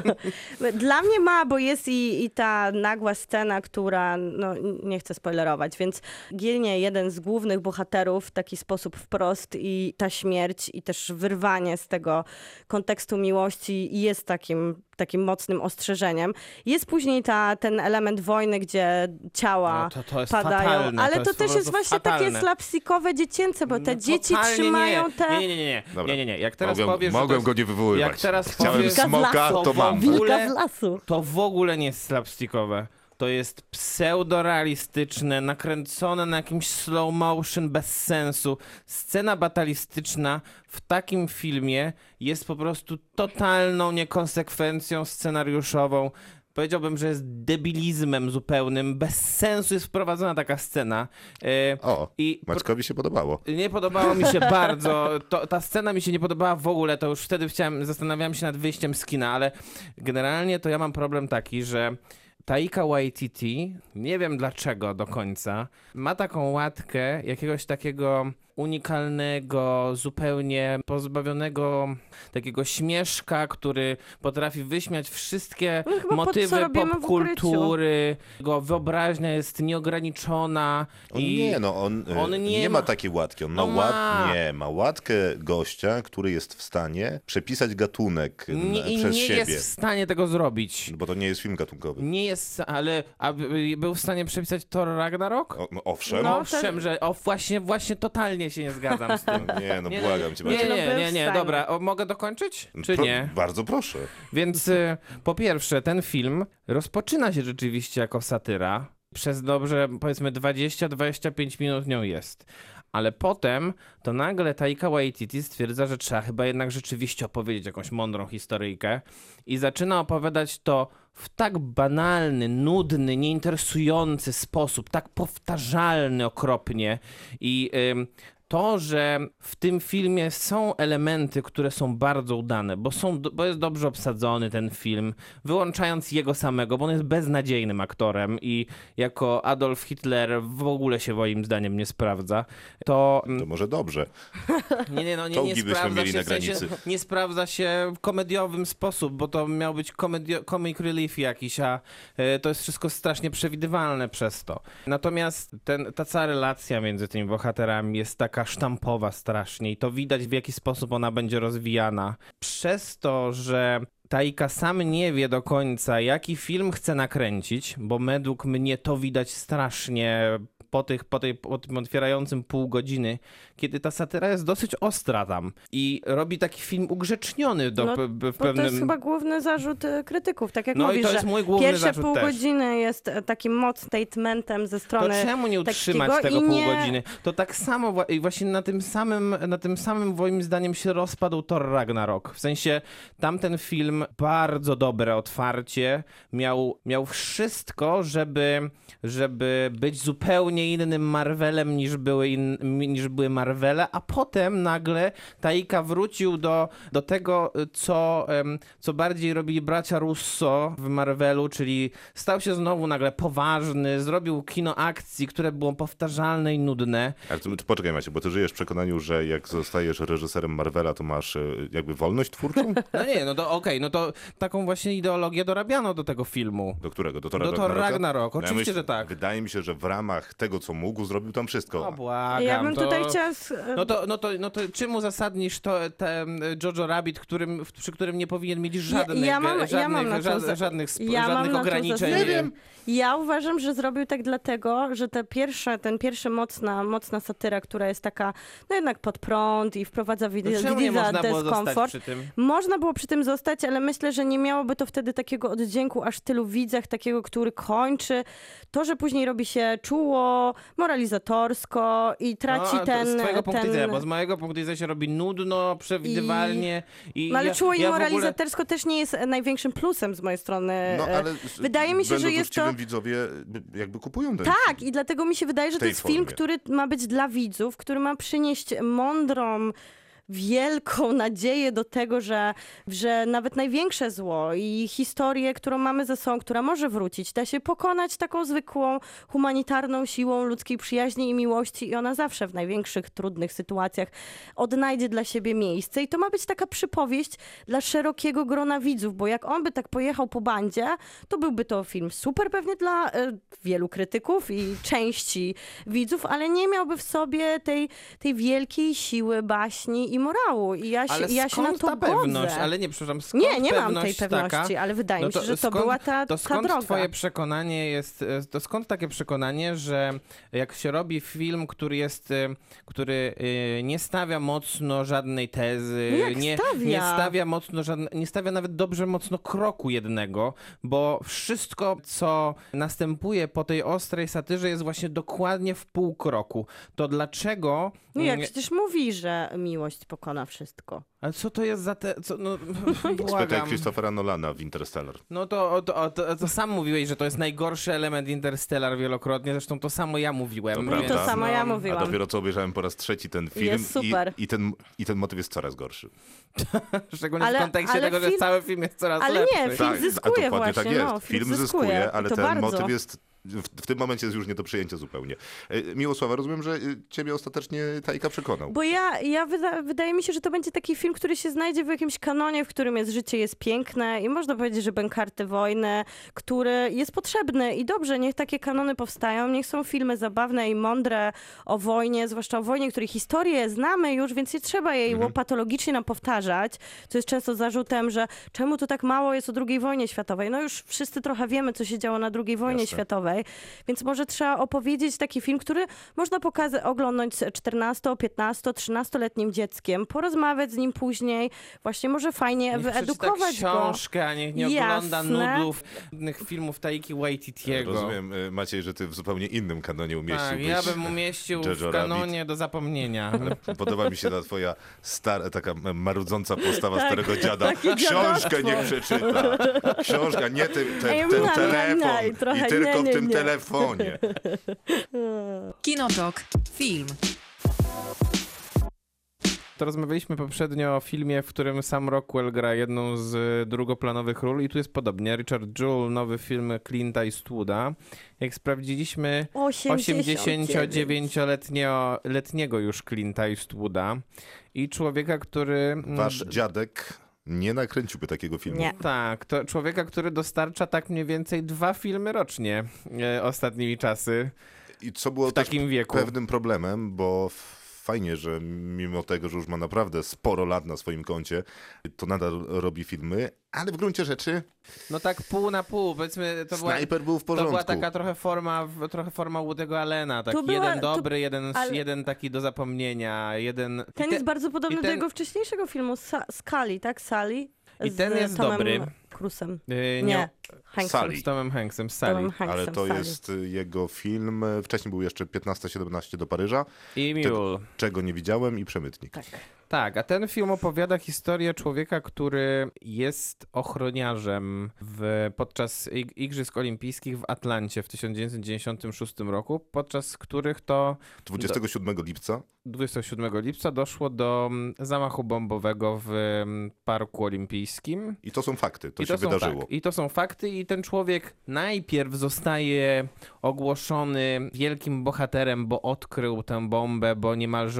Dla mnie ma, bo jest i ta nagła scena, która, no nie chcę spoilerować, więc ginie jeden z głównych bohaterów w taki sposób wprost i ta śmierć i też wyrwanie z tego kontekstu miłości jest takim mocnym ostrzeżeniem. Jest później ten element wojny, gdzie ciała to jest padają, fatalne, ale to to jest też po jest prostu właśnie takie fatalne. slapstickowe, dziecięce, bo te dzieci Totalnie trzymają te... Nie. Jak teraz powiesz, Mogłem go nie wywoływać. Jak teraz Chciałem powiesz, smoka, to mam. Wilka z lasu. To w ogóle nie jest slapstickowe. To jest pseudorealistyczne, nakręcone na jakimś slow motion bez sensu. Scena batalistyczna w takim filmie jest po prostu totalną niekonsekwencją scenariuszową. Powiedziałbym, że jest debilizmem zupełnym. Bez sensu jest wprowadzona taka scena. Maćkowi się podobało. Nie podobało mi się bardzo. Ta scena mi się nie podobała w ogóle. To już wtedy zastanawiałem się nad wyjściem z kina, ale generalnie to ja mam problem taki, że Taika Waititi, nie wiem dlaczego do końca, ma taką łatkę jakiegoś takiego unikalnego, zupełnie pozbawionego takiego śmieszka, który potrafi wyśmiać wszystkie motywy popkultury. Jego wyobraźnia jest nieograniczona. On nie ma takiej łatki. On ma łatkę gościa, który jest w stanie przepisać gatunek przez siebie. Nie jest w stanie tego zrobić. Bo to nie jest film gatunkowy. Nie jest, ale był w stanie przepisać Thor Ragnarok? Owszem. Owszem, że właśnie totalnie się nie zgadzam z tym. Błagam cię. Nie, dobra. Mogę dokończyć? Czy nie? Bardzo proszę. Więc po pierwsze, ten film rozpoczyna się rzeczywiście jako satyra. Przez dobrze, powiedzmy 20-25 minut nią jest. Ale potem to nagle Taika Waititi stwierdza, że trzeba chyba jednak rzeczywiście opowiedzieć jakąś mądrą historyjkę i zaczyna opowiadać to w tak banalny, nudny, nieinteresujący sposób, tak powtarzalny okropnie i to, że w tym filmie są elementy, które są bardzo udane, bo jest dobrze obsadzony ten film, wyłączając jego samego, bo on jest beznadziejnym aktorem i jako Adolf Hitler w ogóle się moim zdaniem nie sprawdza. To może dobrze. Nie sprawdza się, na granicy. nie sprawdza się w komediowym sposób, bo to miał być comic relief jakiś, a to jest wszystko strasznie przewidywalne przez to. Natomiast ta cała relacja między tymi bohaterami jest taka sztampowa strasznie i to widać, w jaki sposób ona będzie rozwijana. Przez to, że Taika sam nie wie do końca, jaki film chce nakręcić, bo według mnie to widać strasznie po tym otwierającym pół godziny, kiedy ta satyra jest dosyć ostra tam i robi taki film ugrzeczniony w pewnym... Bo to jest chyba główny zarzut krytyków, tak jak mówisz, mówisz, to jest mój główny pierwsze zarzut pół też. godziny jest takim moc statementem ze strony To czemu nie utrzymać tego pół godziny? To tak samo i właśnie na tym samym moim zdaniem się rozpadł Thor Ragnarok. W sensie tamten film, bardzo dobre otwarcie, miał wszystko, żeby być zupełnie zupełnie innym Marvelem niż były Marvele, a potem nagle Taika wrócił do tego, co bardziej robili bracia Russo w Marvelu, czyli stał się znowu nagle poważny, zrobił kino akcji, które było powtarzalne i nudne. Ale poczekaj Macie, bo ty żyjesz w przekonaniu, że jak zostajesz reżyserem Marvela, to masz jakby wolność twórczą? No nie, no to okej, no to taką właśnie ideologię dorabiano do tego filmu. Do którego? Do Thor Ragnarok, oczywiście, że tak. Wydaje mi się, że w ramach tego, co mógł, zrobił tam wszystko. O, błagam, Ja bym tutaj chciała... No to czym uzasadnisz Jojo Rabbit, przy którym nie powinien mieć żadnych ograniczeń? Nie wiem. Ja uważam, że zrobił tak dlatego, że ten pierwszy mocna satyra, która jest taka, no jednak pod prąd i wprowadza widza dyskomfort. Można było przy tym zostać, ale myślę, że nie miałoby to wtedy takiego oddźwięku aż tylu w widzach, takiego, który kończy. To, że później robi się czuło, moralizatorsko i traci z twojego punktu widzenia, bo z mojego punktu widzenia się robi nudno, przewidywalnie. Ale czuło i moralizatorsko też nie jest największym plusem z mojej strony. No, ale wydaje mi się, że jest to... widzowie jakby kupują ten Tak, i dlatego mi się wydaje, że to jest film, który ma być dla widzów, który ma przynieść mądrą, wielką nadzieję do tego, że nawet największe zło i historię, którą mamy ze sobą, która może wrócić, da się pokonać taką zwykłą, humanitarną siłą ludzkiej przyjaźni i miłości i ona zawsze w największych, trudnych sytuacjach odnajdzie dla siebie miejsce. I to ma być taka przypowieść dla szerokiego grona widzów, bo jak on by tak pojechał po bandzie, to byłby to film super pewnie dla wielu krytyków i części widzów, ale nie miałby w sobie tej wielkiej siły baśni i morału. I ja się na to ta pewność? Ale nie, przepraszam, skąd nie mam tej pewności, ale wydaje mi się, że to była ta droga. Twoje przekonanie jest, to skąd takie przekonanie, że jak się robi film, który nie stawia mocno żadnej tezy, nie stawia nawet dobrze mocno kroku jednego, bo wszystko, co następuje po tej ostrej satyrze jest właśnie dokładnie w pół kroku. To dlaczego... No jak przecież mówi, że miłość pokona wszystko. Ale co to jest za Spytaj Christophera Nolana w Interstellar. No to sam mówiłeś, że to jest najgorszy element Interstellar wielokrotnie, zresztą to samo ja mówiłem. To samo ja mówiłam. A dopiero co obejrzałem po raz trzeci ten film jest super. I ten motyw jest coraz gorszy. Szczególnie w kontekście tego, że cały film jest coraz lepszy. Ale nie, film zyskuje właśnie. Tak jest. No, film zyskuje, ale ten motyw jest... W tym momencie jest już nie do przyjęcia zupełnie. Miłosława, rozumiem, że ciebie ostatecznie Taika przekonał. Bo wydaje mi się, że to będzie taki film, który się znajdzie w jakimś kanonie, w którym życie jest piękne i można powiedzieć, że bękarty wojny, który jest potrzebny i dobrze, niech takie kanony powstają, niech są filmy zabawne i mądre o wojnie, zwłaszcza o wojnie, której historię znamy już, więc nie trzeba jej łopatologicznie nam powtarzać, co jest często zarzutem, że czemu to tak mało jest o II wojnie światowej. No już wszyscy trochę wiemy, co się działo na II wojnie światowej. Więc może trzeba opowiedzieć taki film, który można oglądać z 14, 15, 13-letnim dzieckiem, porozmawiać z nim później, właśnie może fajnie wyedukować książkę, a niech nie ogląda nudów innych filmów Taiki Waititiego. Rozumiem, Maciej, że ty w zupełnie innym kanonie umieściłbyś. Tak, ja bym umieścił w kanonie do zapomnienia. Podoba mi się ta twoja taka marudząca postawa starego dziada. Książkę niech przeczyta. Książka, nie ten telefon. I tylko w tym telefonie. Kinotok. Film. To rozmawialiśmy poprzednio o filmie, w którym Sam Rockwell gra jedną z drugoplanowych ról i tu jest podobnie. Richard Jewell, nowy film Clint'a Eastwooda. Jak sprawdziliśmy, 89-letniego już Clint'a Eastwooda i człowieka, który... Wasz dziadek nie nakręciłby takiego filmu. Nie. Tak, to człowieka, który dostarcza tak mniej więcej 2 filmy rocznie ostatnimi czasy. I co było w takim wieku pewnym problemem, bo fajnie, że mimo tego, że już ma naprawdę sporo lat na swoim koncie, to nadal robi filmy, ale w gruncie rzeczy... No tak pół na pół, powiedzmy... Snajper był w porządku. To była taka trochę forma Woody'ego Allena, taki jeden dobry, jeden taki do zapomnienia, jeden... Ten jest bardzo podobny do jego wcześniejszego filmu, Scully, tak? Sally? I ten jest dobry. Cruise'em. Nie. Hanksem. Z Tomem Hanksem, Sally. Ale to jest jego film. Wcześniej był jeszcze 15-17 do Paryża. I Mule. Czego nie widziałem i Przemytnik. Tak. Tak, a ten film opowiada historię człowieka, który jest ochroniarzem podczas Igrzysk Olimpijskich w Atlancie w 1996 roku, podczas których to 27 lipca 27 lipca doszło do zamachu bombowego w Parku Olimpijskim. i to są fakty, to się wydarzyło. Tak, i to są fakty i ten człowiek najpierw zostaje ogłoszony wielkim bohaterem, bo odkrył tę bombę, bo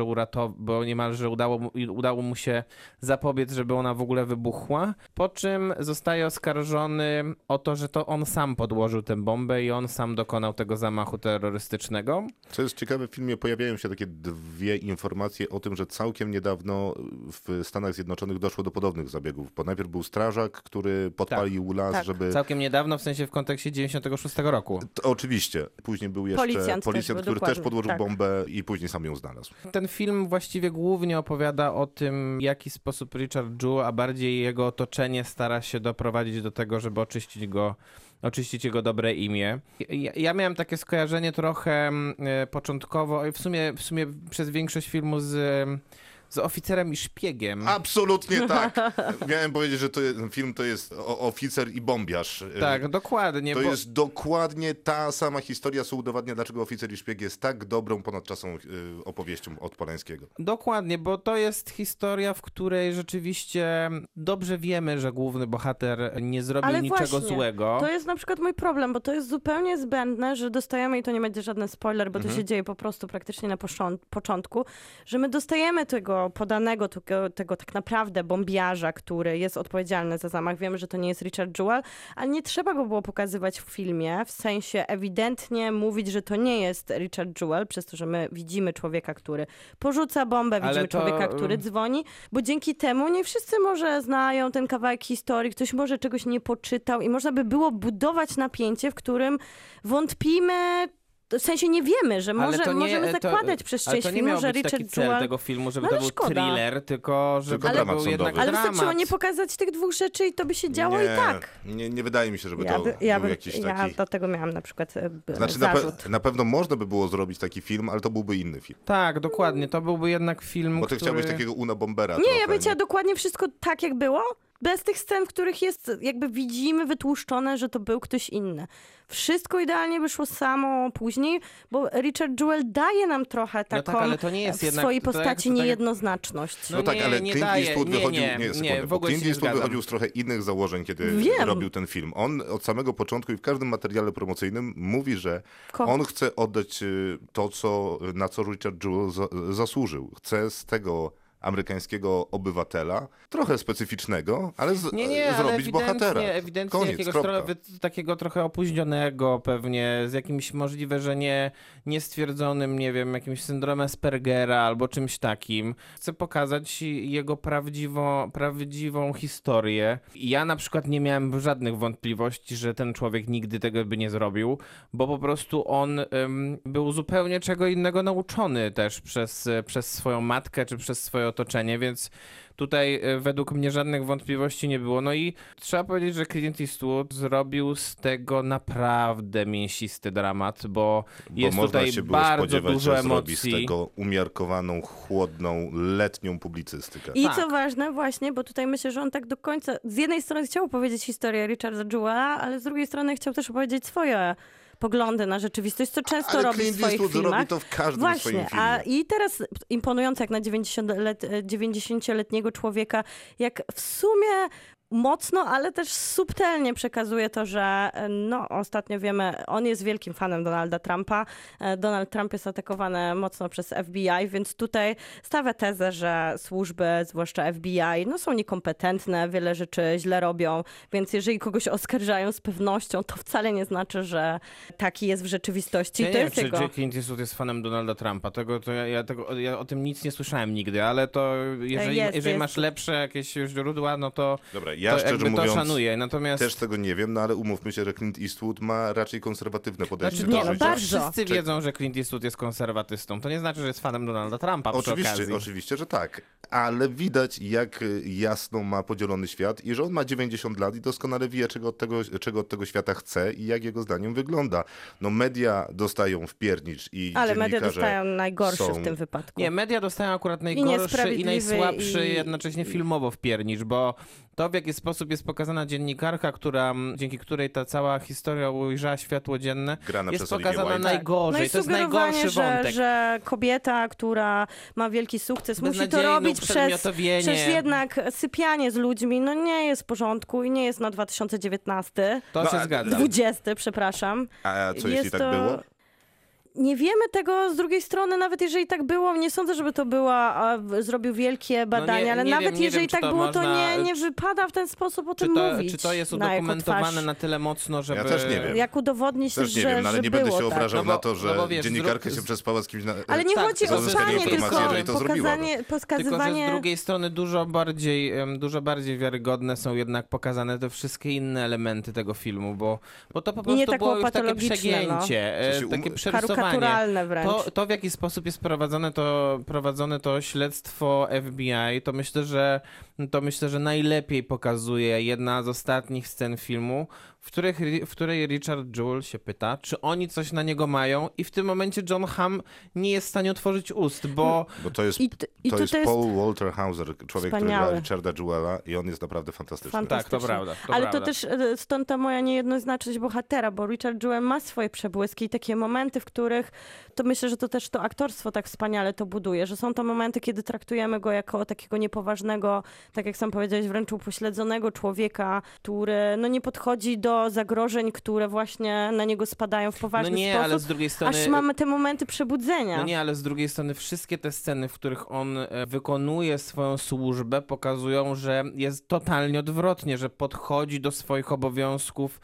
niemalże udało mu się zapobiec, żeby ona w ogóle wybuchła, po czym zostaje oskarżony o to, że to on sam podłożył tę bombę i on sam dokonał tego zamachu terrorystycznego. Co jest ciekawe, w filmie pojawiają się takie dwie informacje o tym, że całkiem niedawno w Stanach Zjednoczonych doszło do podobnych zabiegów, bo najpierw był strażak, który podpalił las, żeby... Całkiem niedawno, w sensie w kontekście 96 roku. Oczywiście. Później był jeszcze Policjant który też podłożył tak. bombę i później sam ją znalazł. Ten film właściwie głównie opowiada o tym, w jaki sposób Richard Jewell, a bardziej jego otoczenie stara się doprowadzić do tego, żeby oczyścić jego dobre imię. Ja miałem takie skojarzenie trochę początkowo, w sumie przez większość filmu z Oficerem i Szpiegiem. Absolutnie tak. Miałem powiedzieć, że ten film to jest oficer i bombiarz. Tak, dokładnie. To jest dokładnie ta sama historia, co udowadnia, dlaczego Oficer i Szpieg jest tak dobrą, ponadczasową opowieścią od Polańskiego. Dokładnie, bo to jest historia, w której rzeczywiście dobrze wiemy, że główny bohater nie zrobił Ale niczego właśnie, złego. To jest na przykład mój problem, bo to jest zupełnie zbędne, że dostajemy, i to nie będzie żaden spoiler, bo to się dzieje po prostu praktycznie na początku, że my dostajemy tego tak naprawdę bombiarza, który jest odpowiedzialny za zamach. Wiemy, że to nie jest Richard Jewell, ale nie trzeba go było pokazywać w filmie, w sensie ewidentnie mówić, że to nie jest Richard Jewell, przez to, że my widzimy człowieka, który porzuca bombę, widzimy człowieka, który dzwoni, bo dzięki temu nie wszyscy może znają ten kawałek historii, ktoś może czegoś nie poczytał i można by było budować napięcie, w którym wątpimy, w sensie nie wiemy, że możemy zakładać przez część filmu, że Richard taki cel Jewell... tego filmu, żeby No, to był szkoda. thriller, tylko żeby to dramat był sądowy. jednak Ale dramat. wystarczyło nie pokazać tych dwóch rzeczy i to by się działo i tak. Nie wydaje mi się, żeby to był jakiś Ja taki... do tego miałam na przykład Znaczy zarzut. na pewno można by było zrobić taki film, ale to byłby inny film. Tak, dokładnie. To byłby jednak film, Bo ty który... chciałbyś takiego Una Bombera Nie, trochę, ja bym chciała dokładnie wszystko tak, jak było, bez tych scen, w których jest, jakby widzimy wytłuszczone, że to był ktoś inny. Wszystko idealnie wyszło samo później, bo Richard Jewell daje nam trochę taką ale to nie jest w jednak- swojej to tak- postaci to tak- niejednoznaczność. No tak, nie, ale nie Clint daje, Eastwood wychodził, w ogóle Clint się nie Eastwood zgadzam. wychodził z trochę innych założeń, kiedy Wiem. robił ten film. On od samego początku i w każdym materiale promocyjnym mówi, że Kocha. on chce oddać to, na co Richard Jewell zasłużył. Chce z tego amerykańskiego obywatela, trochę specyficznego, ale zrobić bohatera. Ewidentnie Koniec, kropka. takiego trochę opóźnionego pewnie, z jakimś możliwe, że niestwierdzonym, nie wiem, jakimś syndromem Aspergera albo czymś takim. Chcę pokazać jego prawdziwą historię. Ja na przykład nie miałem żadnych wątpliwości, że ten człowiek nigdy tego by nie zrobił, bo po prostu on był zupełnie czego innego nauczony też przez swoją matkę czy przez swoje otoczenie, więc tutaj według mnie żadnych wątpliwości nie było. No i trzeba powiedzieć, że Clint Eastwood zrobił z tego naprawdę mięsisty dramat, bo jest można tutaj się było bardzo spodziewać, dużo że zrobi z emocji. tego umiarkowaną, chłodną, letnią publicystykę. I Tak. co ważne właśnie, bo tutaj myślę, że on tak do końca, z jednej strony chciał opowiedzieć historię Richarda Jewella, ale z drugiej strony chciał też opowiedzieć swoje poglądy na rzeczywistość, co często Ale robi Clint w swoich Eastwood filmach. robi to w każdym Właśnie, swoim filmie. I teraz imponujące jak na 90-letniego człowieka, jak w sumie mocno, ale też subtelnie przekazuje to, że ostatnio wiemy, on jest wielkim fanem Donalda Trumpa. Donald Trump jest atakowany mocno przez FBI, więc tutaj stawia tezę, że służby, zwłaszcza FBI, są niekompetentne, wiele rzeczy źle robią, więc jeżeli kogoś oskarżają z pewnością, to wcale nie znaczy, że taki jest w rzeczywistości. Ja To nie wiem, jest czy jego... Clint Eastwood jest fanem Donalda Trumpa. Ja o tym nic nie słyszałem nigdy, ale to jeżeli masz lepsze jakieś źródła, no to Dobra, Ja to szczerze jakby mówiąc to szanuję, natomiast... też tego nie wiem, no ale umówmy się, że Clint Eastwood ma raczej konserwatywne podejście Znaczy, do nie, no życia. bardzo. Wszyscy wiedzą, że Clint Eastwood jest konserwatystą. To nie znaczy, że jest fanem Donalda Trumpa przy okazji. Oczywiście, że tak. Ale widać, jak jasno ma podzielony świat i że on ma 90 lat i doskonale wie, czego od tego świata chce i jak jego zdaniem wygląda. No media dostają w piernicz i Ale media dziennikarze dostają najgorszy są... w tym wypadku. Nie, media dostają akurat najgorszy i niesprawiedliwy najsłabszy i- jednocześnie filmowo w piernicz, bo to, w jaki sposób jest pokazana dziennikarka, dzięki której ta cała historia ujrzała światło dzienne, Grana jest przez Olivię pokazana Wilde. najgorzej. No i To jest sugerowanie, najgorszy wątek. że kobieta, która ma wielki sukces, musi to Beznadziejne robić przez uprzedmiotowienie. jednak sypianie z ludźmi, no nie jest w porządku i nie jest na 2019. To No, się a- zgadza. 20, przepraszam. A co jeśli Jest tak to- było? Nie wiemy tego z drugiej strony, nawet jeżeli tak było, nie sądzę, żeby to zrobił wielkie badania, ale nie nawet wiem, jeżeli czy tak to było, można- to nie wypada w ten sposób o tym mówić. Czy to jest na jako udokumentowane twarz. na tyle mocno, żeby... Ja też nie wiem. Jak udowodnić, Też nie że, wiem, no, ale że nie będę było się tak. obrażał No bo- na to, że no bo wiesz, dziennikarka się przespała z kimś na... Ale nie Tak, chodzi za o uzyskanie spanie, informacji, tylko jeżeli to zrobiła, no. Tylko, że pokazywanie... z drugiej strony dużo bardziej wiarygodne są jednak pokazane te wszystkie inne elementy tego filmu, bo to po I nie prostu tak było już takie patologiczne, przegięcie, W sensie takie przerysowanie. Karykaturalne wręcz. To, w jaki sposób jest prowadzone to śledztwo FBI, to myślę, że najlepiej pokazuje jedna z ostatnich scen filmu, w której Richard Jewell się pyta, czy oni coś na niego mają i w tym momencie John Hamm nie jest w stanie otworzyć ust, bo Bo to jest, I to jest tutaj Paul Walter Hauser, człowiek, który gra Wspaniały. Richarda Jewella i on jest naprawdę fantastyczny. tak, to prawda. Ale to też stąd ta moja niejednoznaczność bohatera, bo Richard Jewell ma swoje przebłyski i takie momenty, w których to myślę, że to też to aktorstwo tak wspaniale to buduje, że są to momenty, kiedy traktujemy go jako takiego niepoważnego, tak jak sam powiedziałeś, wręcz upośledzonego człowieka, który no nie podchodzi do zagrożeń, które właśnie na niego spadają w poważny No nie, sposób, ale z drugiej strony... aż mamy te momenty przebudzenia. No nie, ale z drugiej strony wszystkie te sceny, w których on wykonuje swoją służbę, pokazują, że jest totalnie odwrotnie, że podchodzi do swoich obowiązków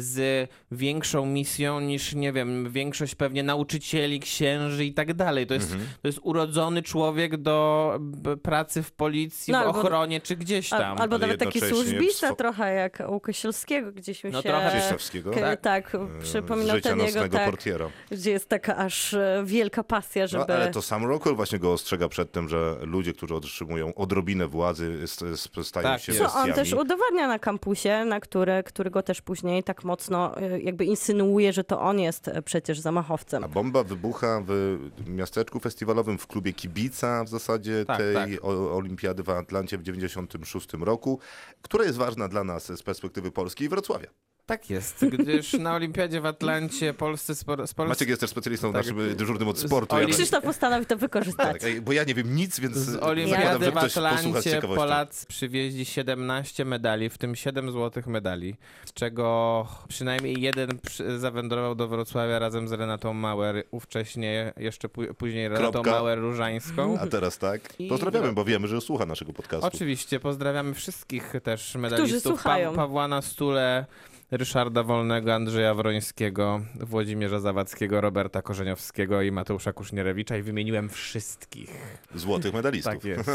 z większą misją niż, nie wiem, większość pewnie nauczycieli, księży i tak dalej. To jest urodzony człowiek do pracy w policji, No, w albo- ochronie czy gdzieś tam. Albo Ale nawet taki jednocześnie służbista trochę, jak u Kosielskiego, gdzieś mi No się... trochę Krzysztofskiego. Tak, przypominał Życia ten jego, nocnego tak, portiera. gdzie jest taka aż wielka pasja, żeby... No, ale to sam Rockwell właśnie go ostrzega przed tym, że ludzie, którzy otrzymują odrobinę władzy, stają Tak, się jest. Co on bestiami. też udowadnia na kampusie, który go też później tak mocno jakby insynuuje, że to on jest przecież zamachowcem. A bomba wybucha w miasteczku festiwalowym, w klubie kibica w zasadzie Tak, tej tak. olimpiady w Atlancie w 96 roku, która jest ważna dla nas z perspektywy Polski i Wrocławia. Tak jest, gdyż na olimpiadzie w Atlancie Maciek jest też specjalistą Tak. naszym dyżurnym od Z sportu. Oli- Ja Krzysztof postanowi to wykorzystać. tak, bo ja nie wiem nic, więc Z zakładam, olimpiady że w ktoś posłucha z Atlancie ciekawością. Polacy przywieźli 17 medali, w tym 7 złotych medali, z czego przynajmniej jeden zawędrował do Wrocławia razem z Renatą Mauer, ówcześnie jeszcze później Renatą Kropka. Mauer-Różańską. A teraz tak. I- Pozdrawiamy, bo wiemy, że słucha naszego podcastu. Oczywiście, pozdrawiamy wszystkich też medalistów. słuchają. Pawła Nastule, Ryszarda Wolnego, Andrzeja Wrońskiego, Włodzimierza Zawadzkiego, Roberta Korzeniowskiego i Mateusza Kusznierewicza i wymieniłem wszystkich. Złotych medalistów. Tak jest.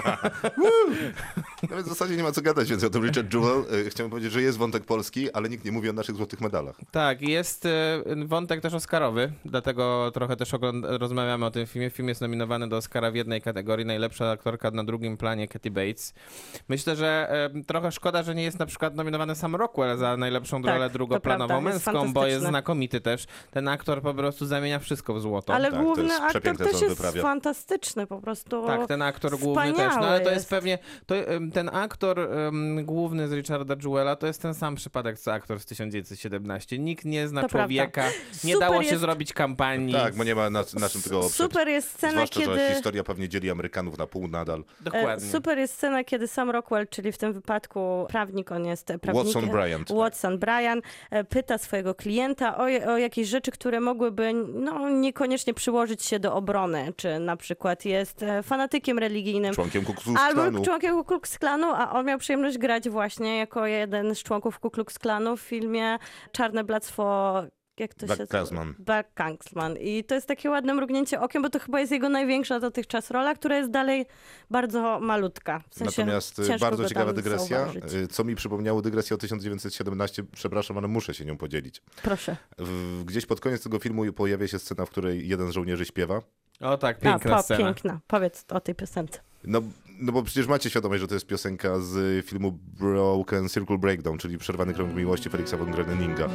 No więc w zasadzie nie ma co gadać, więc o tym Richard Jewell chciałem powiedzieć, że jest wątek polski, ale nikt nie mówi o naszych złotych medalach. Tak, jest wątek też oscarowy, dlatego trochę też rozmawiamy o tym filmie. Film jest nominowany do Oscara w jednej kategorii, najlepsza aktorka na drugim planie Kathy Bates. Myślę, że trochę szkoda, że nie jest na przykład nominowany sam Rockwell za najlepszą rolę to drugoplanową prawda, jest męską, bo jest fantastyczny. znakomity też. Ten aktor po prostu zamienia wszystko w złoto. Ale Tak, to główny jest aktor przepiękne, co też on jest wyprawia. fantastyczny, po prostu Tak, ten aktor główny też. No ale wspaniały to jest jest. pewnie, ten aktor główny z Richarda Jewella to jest ten sam przypadek co aktor z 1917. Nikt nie zna To człowieka, nie Super dało się jest- zrobić kampanii. Tak, bo nie ma na czym tego oprzeć. Super jest scena, Zwłaszcza, kiedy... że historia pewnie dzieli Amerykanów na pół nadal. Dokładnie. Super jest scena, kiedy sam Rockwell, czyli w tym wypadku prawnik, on jest prawnikiem. Watson Bryant. Watson Bryan pyta swojego klienta o jakieś rzeczy, które mogłyby no, niekoniecznie przyłożyć się do obrony, czy na przykład jest fanatykiem religijnym, Członkiem Ku Klux albo Klanu. członkiem Ku Klux Klanu, a on miał przyjemność grać właśnie jako jeden z członków Ku Klux Klanu w filmie Czarne Bractwo jak to się Klansman. Klansman. I to jest takie ładne mrugnięcie okiem, bo to chyba jest jego największa dotychczas rola, która jest dalej bardzo malutka. W sensie Natomiast ciężko bardzo go ciekawa tam dygresja, zauważyć. co mi przypomniało dygresję o 1917, przepraszam, ale muszę się nią podzielić. Proszę. Gdzieś pod koniec tego filmu pojawia się scena, w której jeden z żołnierzy śpiewa. O tak, piękna scena. Piękna. Powiedz o tej piosence. No bo przecież macie świadomość, że to jest piosenka z filmu Broken Circle Breakdown, czyli Przerwany krąg miłości Felixa von Groeninga.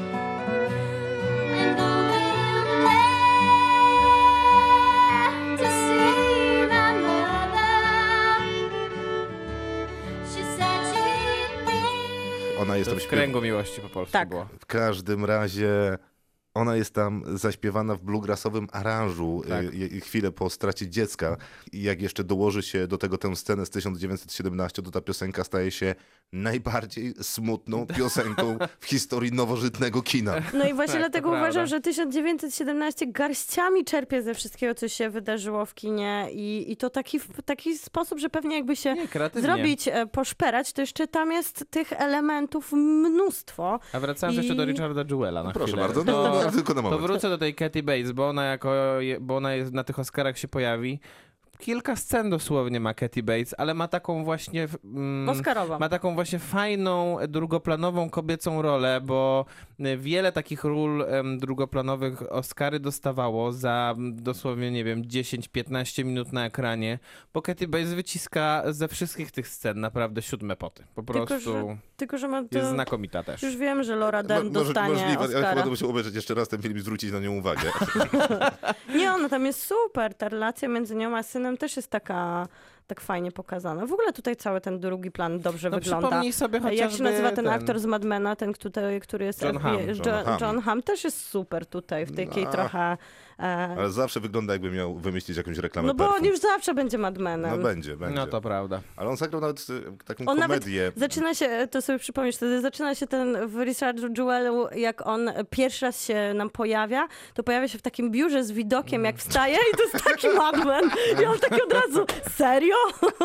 Ona jest To tam w kręgu miłości po polsku Tak. było. W każdym razie ona jest tam zaśpiewana w bluegrassowym aranżu Tak. chwilę po stracie dziecka. I jak jeszcze dołoży się do tego tę scenę z 1917, to ta piosenka staje się najbardziej smutną piosenką w historii nowożytnego kina. No i właśnie Tak, dlatego to uważam, prawda. że 1917 garściami czerpie ze wszystkiego, co się wydarzyło w kinie i to taki sposób, że pewnie jakby się Nie, kreatywnie. zrobić, poszperać, to jeszcze tam jest tych elementów mnóstwo. A wracając I- jeszcze do Richarda Jewella na Proszę chwilę. bardzo, To, tylko na to moment. wrócę do tej Kathy Bates, bo ona jest, na tych Oscarach się pojawi. Kilka scen dosłownie ma Kathy Bates, ale ma taką właśnie Oscarowa. ma taką właśnie fajną, drugoplanową kobiecą rolę, bo wiele takich ról drugoplanowych Oscary dostawało za dosłownie, nie wiem, 10-15 minut na ekranie, bo Kathy Bates wyciska ze wszystkich tych scen naprawdę 7 poty. Po prostu Tylko, że ma to... jest znakomita też. Już wiem, że Laura Dern dostanie Możliwe, ja chyba Oscara. będę musiał obejrzeć jeszcze raz ten film i zwrócić na nią uwagę. Nie, ona tam jest super. Ta relacja między nią a synem też jest tak fajnie pokazana. W ogóle tutaj cały ten drugi plan dobrze No wygląda. przypomnij sobie chociażby Jak się nazywa ten aktor z Mad Mena, ten, który jest John Hamm. John Hamm też jest super tutaj, w takiej No. trochę... Ale zawsze wygląda, jakby miał wymyślić jakąś reklamę No bo on perfum. już zawsze będzie Mad Menem. No będzie. No to prawda. Ale on zagrał nawet taką On nawet komedię. zaczyna się, to sobie przypomnisz, wtedy zaczyna się ten w Richardu Jewellu, jak on pierwszy raz się nam pojawia, to pojawia się w takim biurze z widokiem, jak wstaje i to jest taki Mad Men. I on taki od razu, serio?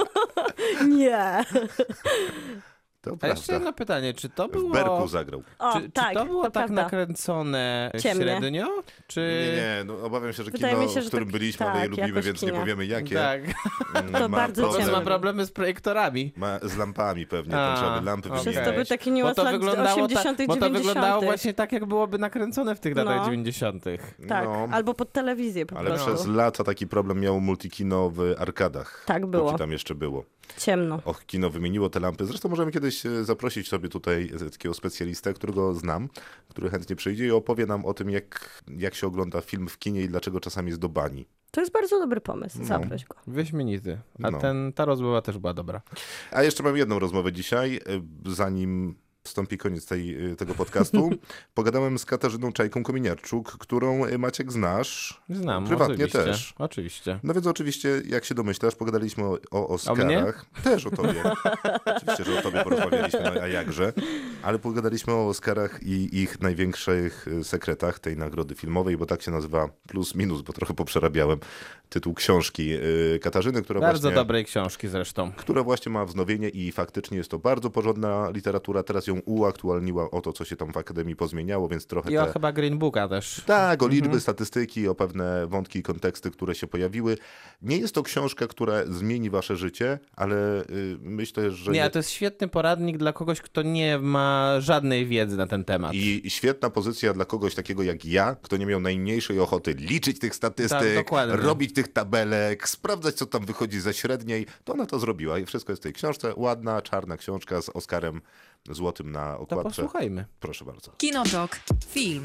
Nie. To A jeszcze prawda. jedno pytanie, czy to W było... Berku zagrał. O, Czy tak, to było tak prawda. nakręcone Ciemnie. średnio? Czy... Nie, no obawiam się, że Wydaje kino, mi się, w że którym tak- byliśmy, ale je tak, lubimy, jakoś więc nie kinie. powiemy jakie. Tak. To bardzo problem, ciemno. Ma problemy z projektorami. Ma z lampami pewnie, tam trzeba by lampy okej. wymieniać. To był taki Bo niuans to lat wyglądało 80., bo to 90. wyglądało właśnie tak, jak byłoby nakręcone w tych latach No. 90. Tak, No, albo pod telewizję po ale prostu. przez lata taki problem miało multikino w arkadach. Tak było. Póki tam jeszcze było. Ciemno. Och, kino wymieniło te lampy. Zresztą możemy kiedyś zaprosić sobie tutaj takiego specjalistę, którego znam, który chętnie przyjdzie i opowie nam o tym, jak się ogląda film w kinie i dlaczego czasami jest do bani. To jest bardzo dobry pomysł, zaproś go. Wyśmienity. A No. ta rozmowa też była dobra. A jeszcze mam jedną rozmowę dzisiaj, zanim wstąpi koniec tego podcastu. Pogadałem z Katarzyną Czajką-Kominiarczuk, którą Maciek znasz. Znam, Prywatnie oczywiście. też. Oczywiście. No więc oczywiście, jak się domyślasz, pogadaliśmy o Oscarach. mnie? Też o tobie. Oczywiście, że o tobie porozmawialiśmy, no a jakże. Ale pogadaliśmy o Oscarach i ich największych sekretach tej nagrody filmowej, bo tak się nazywa plus minus, bo trochę poprzerabiałem tytuł książki Katarzyny, Bardzo dobrej książki zresztą. która właśnie ma wznowienie i faktycznie jest to bardzo porządna literatura. Teraz ją uaktualniła o to, co się tam w Akademii pozmieniało, więc trochę I o chyba Green Booka też. tak, o liczby, statystyki, o pewne wątki i konteksty, które się pojawiły. Nie jest to książka, która zmieni wasze życie, ale myślę, że... Nie, a to jest świetny poradnik dla kogoś, kto nie ma żadnej wiedzy na ten temat. I świetna pozycja dla kogoś takiego jak ja, kto nie miał najmniejszej ochoty liczyć tych Tak, statystyk, dokładnie. robić tych tabelek, sprawdzać, co tam wychodzi ze średniej. To ona to zrobiła i wszystko jest w tej książce. Ładna, czarna książka z Oscarem złotym na To okładce. posłuchajmy. Proszę bardzo. Kinotok. Film.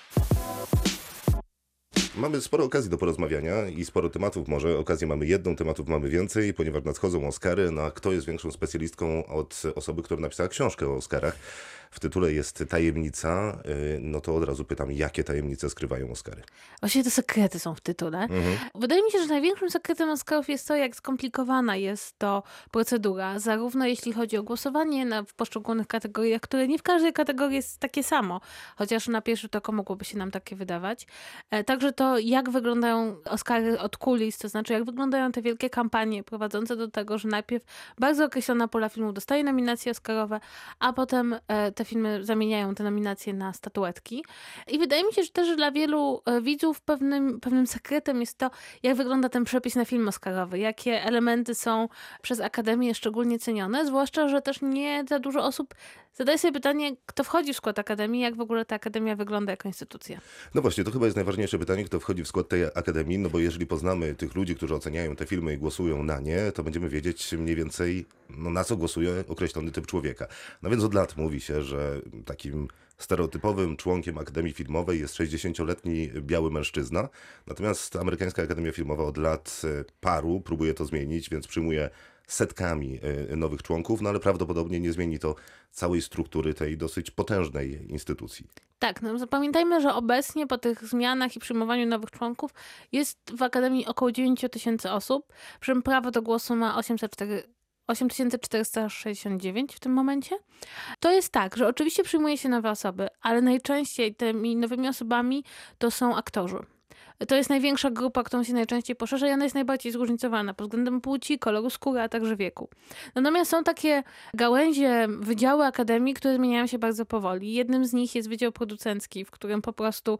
Mamy sporo okazji do porozmawiania i sporo tematów może. Okazję mamy jedną, tematów mamy więcej, ponieważ nadchodzą Oscary. No a kto jest większą specjalistką od osoby, która napisała książkę o Oscarach? W tytule jest tajemnica, no to od razu pytam, jakie tajemnice skrywają Oscary? Właściwie to sekrety są w tytule. Wydaje mi się, że największym sekretem Oscarów jest to, jak skomplikowana jest to procedura, zarówno jeśli chodzi o głosowanie w poszczególnych kategoriach, które nie w każdej kategorii jest takie samo, chociaż na pierwszy tok mogłoby się nam takie wydawać. Także to, jak wyglądają Oscary od kulis, to znaczy jak wyglądają te wielkie kampanie prowadzące do tego, że najpierw bardzo określona pula filmów dostaje nominacje Oscarowe, a potem te te filmy zamieniają te nominacje na statuetki. I wydaje mi się, że też dla wielu widzów pewnym sekretem jest to, jak wygląda ten przepis na film oscarowy, jakie elementy są przez Akademię szczególnie cenione, zwłaszcza, że też nie za dużo osób zadaje sobie pytanie, kto wchodzi w skład Akademii, jak w ogóle ta Akademia wygląda jako instytucja. No właśnie, to chyba jest najważniejsze pytanie, kto wchodzi w skład tej Akademii, no bo jeżeli poznamy tych ludzi, którzy oceniają te filmy i głosują na nie, to będziemy wiedzieć mniej więcej, no, na co głosuje określony typ człowieka. No więc od lat mówi się, że takim stereotypowym członkiem Akademii Filmowej jest 60-letni biały mężczyzna, natomiast Amerykańska Akademia Filmowa od lat paru próbuje to zmienić, więc przyjmuje setkami nowych członków, no ale prawdopodobnie nie zmieni to całej struktury tej dosyć potężnej instytucji. Tak, no pamiętajmy, że obecnie po tych zmianach i przyjmowaniu nowych członków jest w Akademii około 9 000 osób, przy czym prawo do głosu ma 8469 w tym momencie. To jest tak, że oczywiście przyjmuje się nowe osoby, ale najczęściej tymi nowymi osobami to są aktorzy. To jest największa grupa, którą się najczęściej poszerza i ona jest najbardziej zróżnicowana pod względem płci, koloru skóry, a także wieku. Natomiast są takie gałęzie, wydziały akademii, które zmieniają się bardzo powoli. Jednym z nich jest wydział producencki, w którym po prostu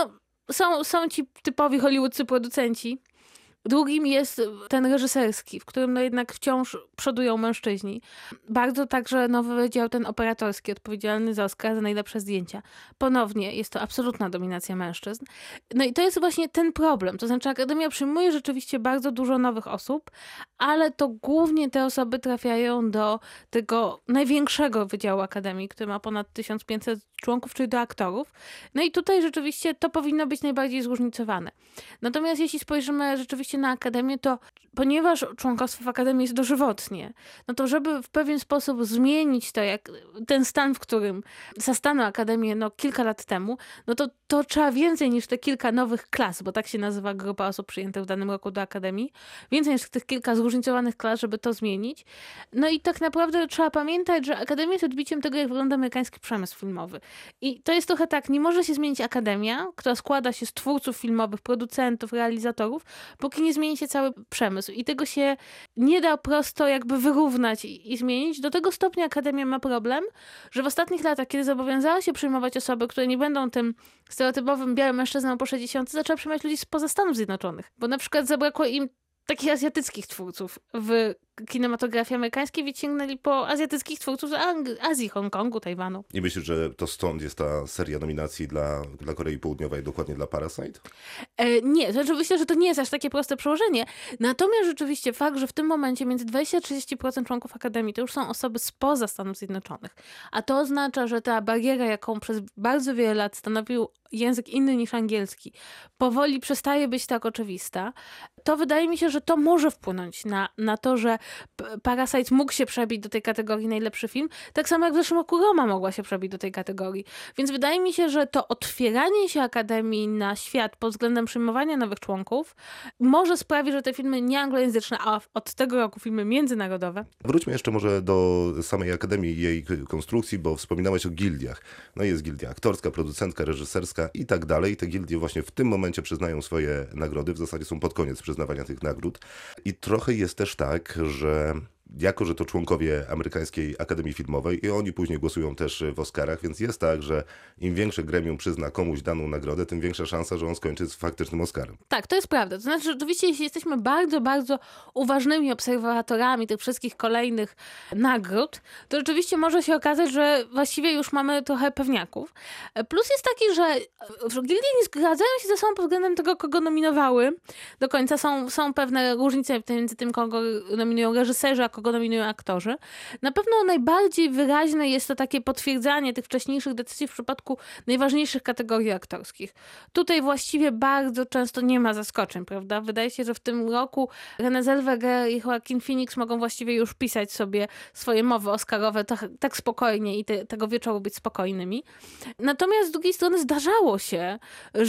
są ci typowi hollywoodzcy producenci. Drugim jest ten reżyserski, w którym no jednak wciąż przodują mężczyźni. Bardzo także nowy wydział ten operatorski, odpowiedzialny za Oscar za najlepsze zdjęcia. Ponownie jest to absolutna dominacja mężczyzn. No i to jest właśnie ten problem. To znaczy Akademia przyjmuje rzeczywiście bardzo dużo nowych osób, ale to głównie te osoby trafiają do tego największego wydziału Akademii, który ma ponad 1500 członków, czyli do aktorów. No i tutaj rzeczywiście to powinno być najbardziej zróżnicowane. Natomiast jeśli spojrzymy rzeczywiście na Akademię, to ponieważ członkostwo w Akademii jest dożywotnie, no to żeby w pewien sposób zmienić to, jak ten stan, w którym zastano Akademię kilka lat temu, no to trzeba więcej niż te kilka nowych klas, bo tak się nazywa grupa osób przyjętych w danym roku do Akademii, więcej niż tych kilka zróżnicowanych klas, żeby to zmienić. No i tak naprawdę trzeba pamiętać, że Akademia jest odbiciem tego, jak wygląda amerykański przemysł filmowy. I to jest trochę tak, nie może się zmienić Akademia, która składa się z twórców filmowych, producentów, realizatorów, póki nie zmieni się cały przemysł. I tego się nie da prosto jakby wyrównać i zmienić. Do tego stopnia Akademia ma problem, że w ostatnich latach, kiedy zobowiązała się przyjmować osoby, które nie będą tym stereotypowym białym mężczyzną po 60, zaczęła przyjmować ludzi spoza Stanów Zjednoczonych. Bo na przykład zabrakło im takich azjatyckich twórców w kinematografii amerykańskiej, więc sięgnęli po azjatyckich twórców z Azji, Hongkongu, Tajwanu. Nie myślisz, że to stąd jest ta seria nominacji dla Korei Południowej, dokładnie dla Parasite? Nie, znaczy myślę, że to nie jest aż takie proste przełożenie. Natomiast rzeczywiście fakt, że w tym momencie między 20 a 30% członków Akademii to już są osoby spoza Stanów Zjednoczonych. A to oznacza, że ta bariera, jaką przez bardzo wiele lat stanowił język inny niż angielski, powoli przestaje być tak oczywista, to wydaje mi się, że to może wpłynąć na to, że Parasite mógł się przebić do tej kategorii najlepszy film, tak samo jak w zeszłym roku Roma mogła się przebić do tej kategorii. Więc wydaje mi się, że to otwieranie się Akademii na świat pod względem przyjmowania nowych członków może sprawić, że te filmy nieanglojęzyczne, a od tego roku filmy międzynarodowe. Wróćmy jeszcze może do samej Akademii i jej konstrukcji, bo wspominałeś o gildiach. No jest gildia aktorska, producentka, reżyserska i tak dalej. Te gildie właśnie w tym momencie przyznają swoje nagrody, w zasadzie są pod koniec przyznawania tych nagród. I trochę jest też tak, że jako, że to członkowie Amerykańskiej Akademii Filmowej i oni później głosują też w Oscarach, więc jest tak, że im większe gremium przyzna komuś daną nagrodę, tym większa szansa, że on skończy z faktycznym Oscarem. Tak, to jest prawda. To znaczy, że oczywiście, jeśli jesteśmy bardzo, bardzo uważnymi obserwatorami tych wszystkich kolejnych nagród, to rzeczywiście może się okazać, że właściwie już mamy trochę pewniaków. Plus jest taki, że gildie nie zgadzają się ze sobą pod względem tego, kogo nominowały. Do końca są pewne różnice między tym, kogo nominują reżyserzy, a kogo nominują aktorzy. Na pewno najbardziej wyraźne jest to takie potwierdzanie tych wcześniejszych decyzji w przypadku najważniejszych kategorii aktorskich. Tutaj właściwie bardzo często nie ma zaskoczeń, prawda? Wydaje się, że w tym roku Renée Zellweger i Joaquin Phoenix mogą właściwie już pisać sobie swoje mowy oscarowe tak spokojnie i tego wieczoru być spokojnymi. Natomiast z drugiej strony zdarzało się,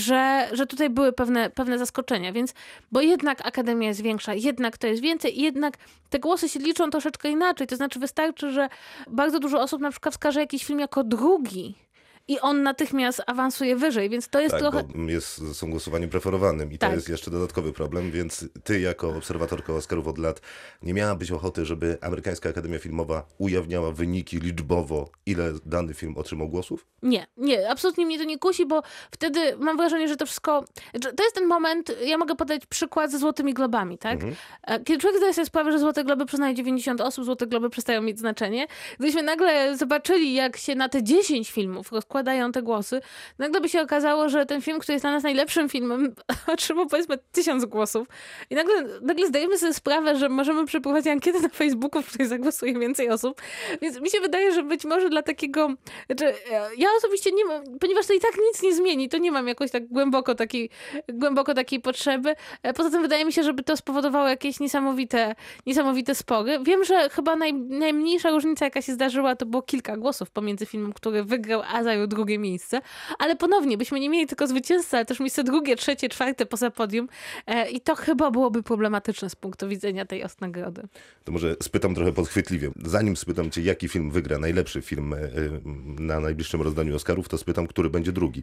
że tutaj były pewne zaskoczenia, więc bo jednak Akademia jest większa, jednak to jest więcej i jednak te głosy się liczą troszeczkę inaczej. To znaczy wystarczy, że bardzo dużo osób na przykład wskaże jakiś film jako drugi i on natychmiast awansuje wyżej, więc to jest Tak, trochę... bo są głosowaniem preferowanym i Tak. to jest jeszcze dodatkowy problem, więc ty jako obserwatorka Oscarów od lat nie miałabyś ochoty, żeby Amerykańska Akademia Filmowa ujawniała wyniki liczbowo, ile dany film otrzymał głosów? Nie, absolutnie mnie to nie kusi, bo wtedy mam wrażenie, że to wszystko... To jest ten moment, ja mogę podać przykład ze Złotymi Globami, tak? Kiedy człowiek zdaje sobie sprawę, że Złote Globy przyznaje 90 osób, Złote Globy przestają mieć znaczenie. Gdybyśmy nagle zobaczyli, jak się na te 10 filmów rozkładają te głosy, nagle by się okazało, że ten film, który jest dla nas najlepszym filmem, otrzymał powiedzmy 1000 głosów. I nagle zdajemy sobie sprawę, że możemy przeprowadzić ankietę na Facebooku, w której zagłosuje więcej osób. Więc mi się wydaje, że być może dla takiego... Znaczy, ja osobiście nie mam, ponieważ to i tak nic nie zmieni, to nie mam jakoś tak głęboko takiej potrzeby. Poza tym wydaje mi się, żeby to spowodowało jakieś niesamowite spory. Wiem, że chyba najmniejsza różnica, jaka się zdarzyła, to było kilka głosów pomiędzy filmem, który wygrał, a zajął drugie miejsce. Ale ponownie, byśmy nie mieli tylko zwycięzcę, ale też miejsce drugie, trzecie, czwarte poza podium. I to chyba byłoby problematyczne z punktu widzenia tej nagrody. To może spytam trochę podchwytliwie. Zanim spytam cię, jaki film wygra najlepszy film na najbliższym rozdaniu Oscarów, to spytam, który będzie drugi.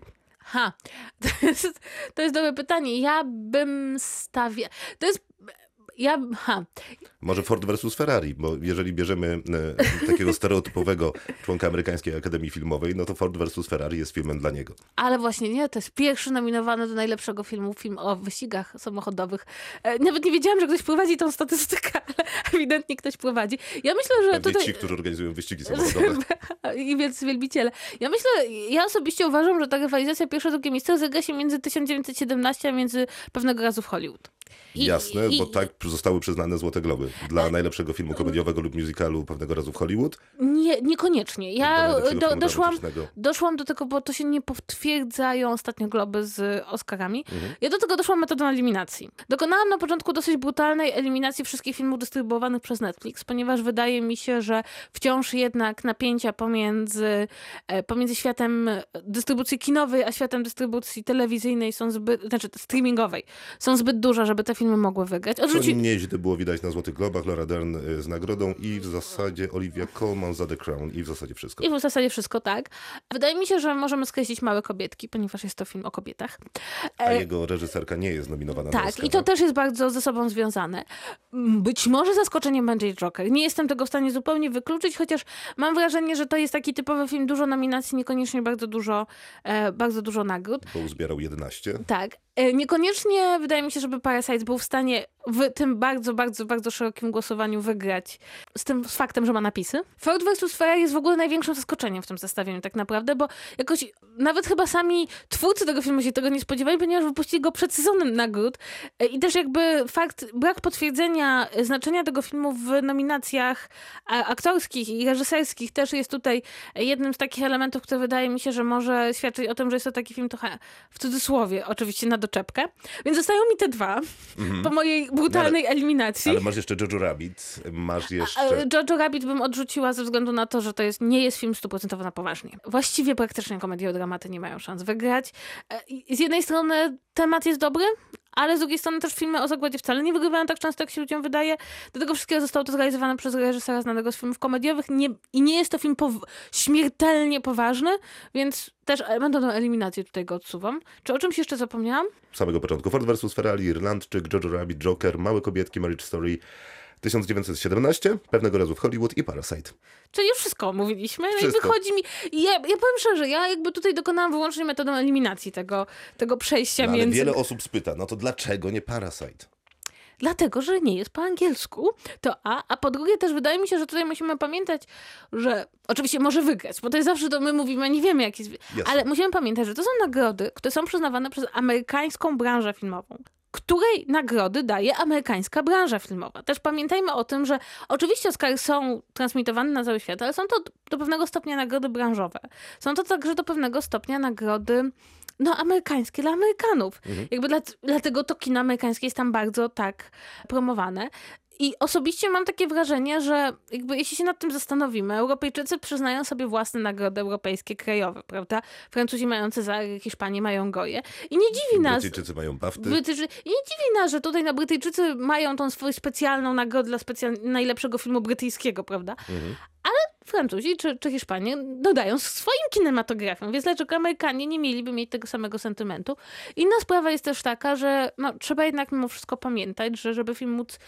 To jest dobre pytanie. Ja bym stawiał... Może Ford versus Ferrari, bo jeżeli bierzemy takiego stereotypowego członka Amerykańskiej Akademii Filmowej, no to Ford versus Ferrari jest filmem dla niego. Ale właśnie nie, to jest pierwszy nominowany do najlepszego filmu, film o wyścigach samochodowych. Nawet nie wiedziałam, że ktoś prowadzi tą statystykę, ale ewidentnie ktoś prowadzi. Ja myślę, że Pewnie tutaj... ci, którzy organizują wyścigi samochodowe. I wielcy wielbiciele. Ja osobiście uważam, że ta rywalizacja pierwsze-drugie miejsce rozegra się między 1917 a między Pewnego razu w Hollywood. Jasne, bo tak zostały przyznane Złote Globy dla najlepszego filmu komediowego lub musicalu Pewnego razu w Hollywood. Niekoniecznie. Ja doszłam do tego, bo to się nie potwierdzają ostatnio Globy z Oscarami. Ja do tego doszłam metodą eliminacji. Dokonałam na początku dosyć brutalnej eliminacji wszystkich filmów dystrybuowanych przez Netflix, ponieważ wydaje mi się, że wciąż jednak napięcia pomiędzy światem dystrybucji kinowej, a światem dystrybucji telewizyjnej streamingowej są zbyt duże, żeby te filmy mogły wygrać. Co niemniej źle było widać na Złotych Globach, Laura Dern z nagrodą i w zasadzie Olivia Colman za The Crown i w zasadzie wszystko. I w zasadzie wszystko, tak. Wydaje mi się, że możemy skreślić Małe kobietki, ponieważ jest to film o kobietach. A jego reżyserka nie jest nominowana na Oscara. Tak, i to też jest bardzo ze sobą związane. Być może zaskoczeniem będzie Joker. Nie jestem tego w stanie zupełnie wykluczyć, chociaż mam wrażenie, że to jest taki typowy film, dużo nominacji, niekoniecznie bardzo dużo nagród. Bo uzbierał 11. Tak. Niekoniecznie wydaje mi się, żeby Parasite był w stanie w tym bardzo, bardzo, bardzo szerokim głosowaniu wygrać z faktem, że ma napisy. Ford vs. Ferrari jest w ogóle największym zaskoczeniem w tym zestawieniu tak naprawdę, bo jakoś nawet chyba sami twórcy tego filmu się tego nie spodziewali, ponieważ wypuścili go przed sezonem nagród i też jakby brak potwierdzenia znaczenia tego filmu w nominacjach aktorskich i reżyserskich też jest tutaj jednym z takich elementów, które wydaje mi się, że może świadczyć o tym, że jest to taki film trochę w cudzysłowie oczywiście na doczepkę. Więc zostają mi te dwa po mojej brutalnej eliminacji. Ale masz jeszcze Jojo Rabbit, masz jeszcze... Jojo Rabbit bym odrzuciła ze względu na to, że to nie jest film 100% na poważnie. Właściwie praktycznie komediodramaty nie mają szans wygrać. Z jednej strony temat jest dobry, ale z drugiej strony też filmy o zagładzie wcale nie wygrywają tak często, jak się ludziom wydaje. Do tego wszystkiego zostało to zrealizowane przez reżysera znanego z filmów komediowych i nie jest to film śmiertelnie poważny, więc też metodą eliminacji tutaj go odsuwam. Czy o czymś jeszcze zapomniałam? Z samego początku. Ford vs. Ferrari, Irlandczyk, Jojo Rabbit, Joker, Małe kobietki, Marriage Story, 1917, Pewnego razu w Hollywood i Parasite. Czyli już wszystko mówiliśmy. No wszystko. i wychodzi mi... Ja powiem szczerze, ja jakby tutaj dokonałam wyłącznie metodą eliminacji tego przejścia ale między... wiele osób spyta, no to dlaczego nie Parasite? Dlatego, że nie jest po angielsku, to a po drugie też wydaje mi się, że tutaj musimy pamiętać, że oczywiście może wygrać, bo to jest zawsze, to my mówimy, nie wiemy jak jest, ale musimy pamiętać, że to są nagrody, które są przyznawane przez amerykańską branżę filmową, której nagrody daje amerykańska branża filmowa. Też pamiętajmy o tym, że oczywiście Oscary są transmitowane na cały świat, ale są to do pewnego stopnia nagrody branżowe. Są to także do pewnego stopnia nagrody amerykańskie dla Amerykanów. Jakby dlatego to kino amerykańskie jest tam bardzo tak promowane. I osobiście mam takie wrażenie, że jakby jeśli się nad tym zastanowimy, Europejczycy przyznają sobie własne nagrody europejskie, krajowe, prawda? Francuzi mają Cezary, Hiszpanie mają Goje. I nie dziwi nas... Brytyjczycy mają BAFTY. I nie dziwi nas, że tutaj Brytyjczycy mają tą swoją specjalną nagrodę dla najlepszego filmu brytyjskiego, prawda? Ale Francuzi czy Hiszpanie dodają swoim kinematografią, więc dlaczego Amerykanie nie mieliby mieć tego samego sentymentu? Inna sprawa jest też taka, że trzeba jednak mimo wszystko pamiętać, że żeby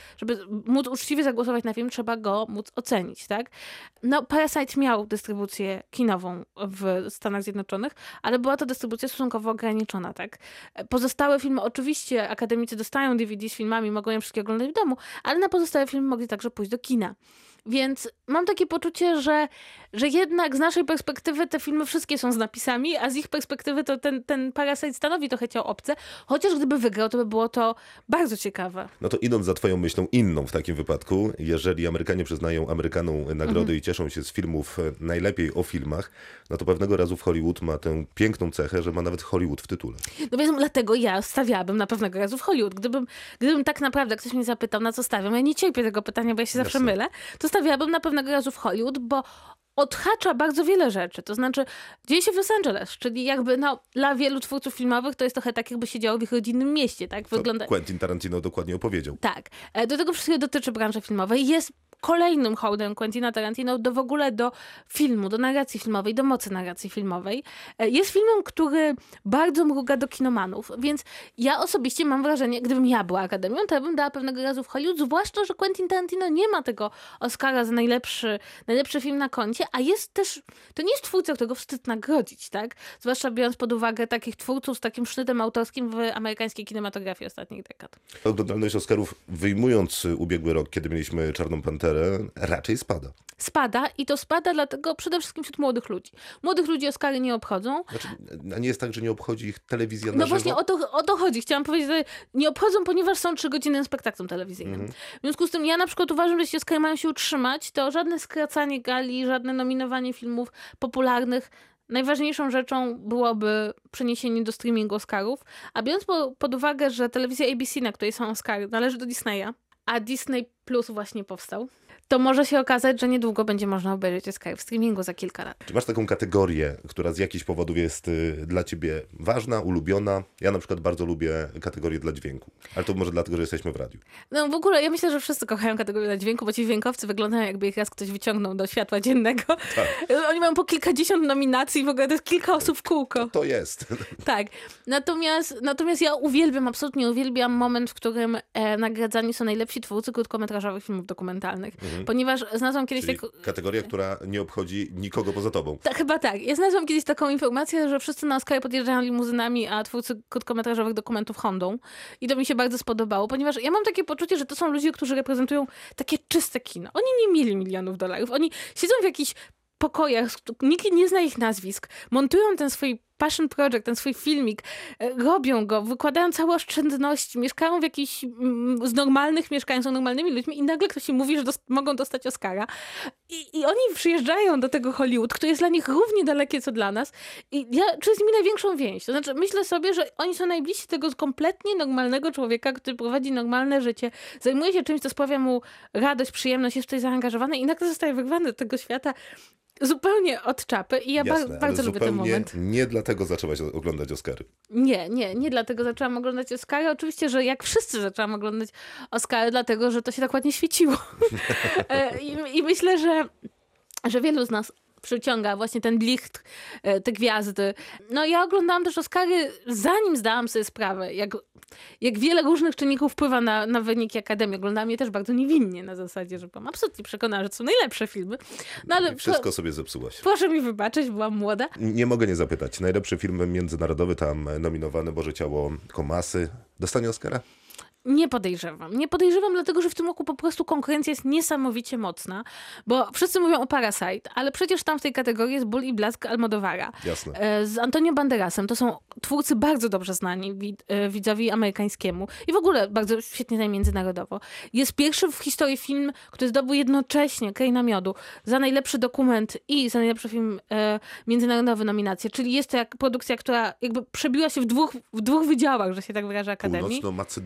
móc uczciwie zagłosować na film, trzeba go móc ocenić, tak? Parasite miał dystrybucję kinową w Stanach Zjednoczonych, ale była to dystrybucja stosunkowo ograniczona, tak? Pozostałe filmy, oczywiście akademicy dostają DVD z filmami, mogą je wszystkie oglądać w domu, ale na pozostałe filmy mogli także pójść do kina. Więc mam takie poczucie, że jednak z naszej perspektywy te filmy wszystkie są z napisami, a z ich perspektywy to ten Parasite stanowi trochę ciało obce, chociaż gdyby wygrał, to by było to bardzo ciekawe. No to idąc za twoją myślą inną w takim wypadku, jeżeli Amerykanie przyznają Amerykanom nagrody i cieszą się z filmów najlepiej o filmach, no to pewnego razu w Hollywood ma tę piękną cechę, że ma nawet Hollywood w tytule. No więc dlatego ja stawiałabym na pewnego razu w Hollywood. Gdybym tak naprawdę ktoś mnie zapytał, na co stawiam, ja nie cierpię tego pytania, bo ja się zawsze mylę, to stawiałabym na pewnego razu w Hollywood, bo odhacza bardzo wiele rzeczy. To znaczy, dzieje się w Los Angeles, czyli jakby dla wielu twórców filmowych to jest trochę tak, jakby się działo w ich rodzinnym mieście. Tak? Quentin Tarantino dokładnie opowiedział. Tak. Do tego wszystkiego dotyczy branży filmowej. Jest kolejnym hołdem Quentina Tarantino w ogóle do filmu, do narracji filmowej, do mocy narracji filmowej. Jest filmem, który bardzo mruga do kinomanów, więc ja osobiście mam wrażenie, gdybym ja była Akademią, to ja bym dała pewnego razu w Hollywood, zwłaszcza, że Quentin Tarantino nie ma tego Oscara za najlepszy film na koncie, a jest też, to nie jest twórca, którego wstyd nagrodzić, tak? Zwłaszcza biorąc pod uwagę takich twórców z takim sznytem autorskim w amerykańskiej kinematografii ostatnich dekad. Oglądalność Oscarów, wyjmując ubiegły rok, kiedy mieliśmy Czarną Panterę, raczej spada. Spada i to spada dlatego przede wszystkim wśród młodych ludzi. Młodych ludzi Oscary nie obchodzą. Znaczy, a nie jest tak, że nie obchodzi ich telewizja na No żywo? właśnie o to chodzi. Chciałam powiedzieć, że nie obchodzą, ponieważ są 3-godzinnym spektaklem telewizyjnym. W związku z tym ja na przykład uważam, że jeśli Oscary mają się utrzymać, to żadne skracanie gali, żadne nominowanie filmów popularnych. Najważniejszą rzeczą byłoby przeniesienie do streamingu Oscarów, a biorąc pod uwagę, że telewizja ABC, na której są Oscary, należy do Disneya, a Disney Plus właśnie powstał, to może się okazać, że niedługo będzie można obejrzeć Oscary w streamingu za kilka lat. Czy masz taką kategorię, która z jakichś powodów jest dla ciebie ważna, ulubiona? Ja na przykład bardzo lubię kategorię dla dźwięku, ale to może dlatego, że jesteśmy w radiu. No w ogóle ja myślę, że wszyscy kochają kategorię dla dźwięku, bo ci dźwiękowcy wyglądają, jakby ich raz ktoś wyciągnął do światła dziennego. Tak. Oni mają po kilkadziesiąt nominacji, w ogóle to jest kilka osób w kółko. To jest. Tak. Natomiast ja absolutnie uwielbiam moment, w którym nagradzani są najlepsi twórcy krótkometrażowych filmów dokumentalnych. Ponieważ znalazłam kiedyś kategoria, która nie obchodzi nikogo poza tobą. Chyba tak. Ja znalazłam kiedyś taką informację, że wszyscy na Oscary podjeżdżają limuzynami, a twórcy krótkometrażowych dokumentów Hondą. I to mi się bardzo spodobało, ponieważ ja mam takie poczucie, że to są ludzie, którzy reprezentują takie czyste kino. Oni nie mieli milionów dolarów. Oni siedzą w jakichś pokojach, nikt nie zna ich nazwisk, montują ten swój passion project, ten swój filmik, robią go, wykładają całe oszczędności, mieszkają w jakichś z normalnych mieszkań, są normalnymi ludźmi i nagle ktoś im mówi, że mogą dostać Oscara. I oni przyjeżdżają do tego Hollywood, które jest dla nich równie dalekie, co dla nas. I ja czuję z nimi największą więź. To znaczy, myślę sobie, że oni są najbliżsi tego kompletnie normalnego człowieka, który prowadzi normalne życie, zajmuje się czymś, co sprawia mu radość, przyjemność, jest tutaj zaangażowany i nagle zostaje wyrwany do tego świata zupełnie od czapy i ja bardzo lubię ten moment. Nie dlatego zaczęłaś oglądać Oscary. Nie dlatego zaczęłam oglądać Oscary. Oczywiście, że jak wszyscy zaczęłam oglądać Oscary, dlatego, że to się tak ładnie świeciło. I myślę, że wielu z nas przyciąga właśnie ten blichtr, te gwiazdy. No ja oglądałam też Oscary, zanim zdałam sobie sprawę, jak wiele różnych czynników wpływa na wyniki Akademii. Oglądałam je też bardzo niewinnie, na zasadzie, że byłam absolutnie przekonana, że to są najlepsze filmy. No ale wszystko sobie zepsułaś. Proszę mi wybaczyć, byłam młoda. Nie mogę nie zapytać. Najlepszy film międzynarodowy, tam nominowany Boże Ciało Komasy. Dostanie Oscara? Nie podejrzewam, dlatego że w tym roku po prostu konkurencja jest niesamowicie mocna, bo wszyscy mówią o Parasite, ale przecież tam w tej kategorii jest Ból i Blask Almodóvara. Jasne. Z Antonio Banderasem. To są twórcy bardzo dobrze znani widzowi amerykańskiemu i w ogóle bardzo świetnie znani międzynarodowo. Jest pierwszy w historii film, który zdobył jednocześnie Kraina Miodu za najlepszy dokument i za najlepszy film międzynarodowy nominację, czyli jest to produkcja, która jakby przebiła się w dwóch wydziałach, że się tak wyraża Akademii. Północno-macedoński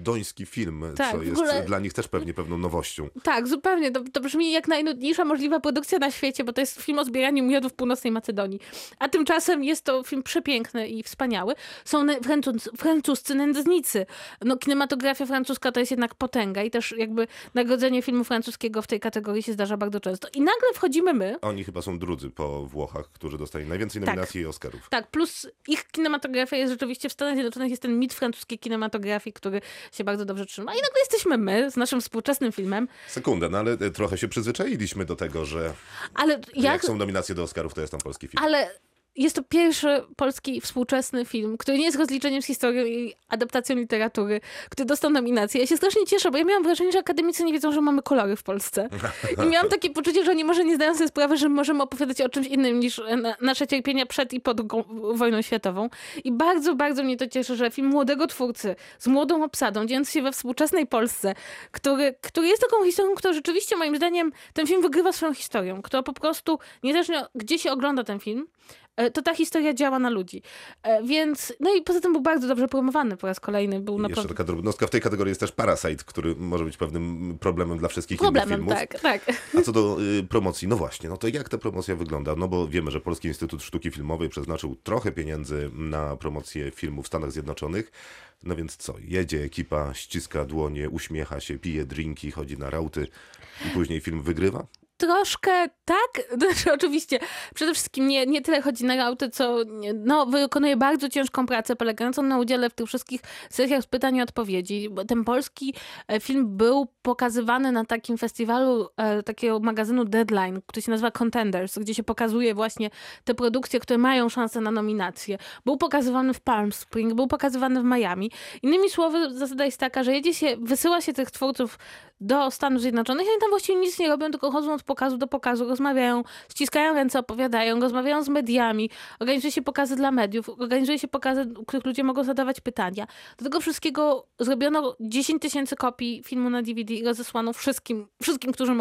film, Tak, co w jest ogóle- dla nich też pewnie pewną nowością. Tak, zupełnie. To brzmi jak najnudniejsza możliwa produkcja na świecie, bo to jest film o zbieraniu miodu w północnej Macedonii. A tymczasem jest to film przepiękny i wspaniały. Są francuscy nędznicy. No, kinematografia francuska to jest jednak potęga i też jakby nagrodzenie filmu francuskiego w tej kategorii się zdarza bardzo często. I nagle wchodzimy my. Oni chyba są drudzy po Włochach, którzy dostali najwięcej nominacji i Oscarów. Tak, plus ich kinematografia jest rzeczywiście w Stanach Zjednoczonych, jest ten mit francuskiej kinematografii, który się bardzo dobrze trzyma. I nagle jesteśmy my z naszym współczesnym filmem. Sekundę, no ale trochę się przyzwyczailiśmy do tego, że Ale jak są nominacje do Oscarów, to jest tam polski film. Ale jest to pierwszy polski współczesny film, który nie jest rozliczeniem z historią i adaptacją literatury, który dostał nominację. Ja się strasznie cieszę, bo ja miałam wrażenie, że akademicy nie wiedzą, że mamy kolory w Polsce. I miałam takie poczucie, że oni może nie zdają sobie sprawy, że możemy opowiadać o czymś innym niż nasze cierpienia przed i po II wojną światową. I bardzo, bardzo mnie to cieszy, że film młodego twórcy z młodą obsadą, dziejący się we współczesnej Polsce, który jest taką historią, która rzeczywiście moim zdaniem ten film wygrywa swoją historią, która po prostu, niezależnie gdzie się ogląda ten film, to ta historia działa na ludzi. Więc, no i poza tym był bardzo dobrze promowany po raz kolejny. Był Jeszcze naprawdę... taka drobnostka, w tej kategorii jest też Parasite, który może być pewnym problemem dla wszystkich innych filmów. Tak. A co do promocji, no właśnie, no to jak ta promocja wygląda? No bo wiemy, że Polski Instytut Sztuki Filmowej przeznaczył trochę pieniędzy na promocję filmu w Stanach Zjednoczonych. No więc co, jedzie ekipa, ściska dłonie, uśmiecha się, pije drinki, chodzi na rauty i później film wygrywa? Troszkę tak, znaczy oczywiście przede wszystkim nie tyle chodzi na rauty, co wykonuje bardzo ciężką pracę polegającą na udziale w tych wszystkich sesjach z pytań i odpowiedzi. Ten polski film był pokazywany na takim festiwalu takiego magazynu Deadline, który się nazywa Contenders, gdzie się pokazuje właśnie te produkcje, które mają szansę na nominację. Był pokazywany w Palm Springs, był pokazywany w Miami. Innymi słowy, zasada jest taka, że wysyła się tych twórców do Stanów Zjednoczonych i oni tam właściwie nic nie robią, tylko chodzą od pokazu do pokazu, rozmawiają, ściskają ręce, opowiadają, rozmawiają z mediami, organizuje się pokazy dla mediów, organizuje się pokazy, w których ludzie mogą zadawać pytania. Do tego wszystkiego zrobiono 10 000 kopii filmu na DVD i rozesłano wszystkim, którzy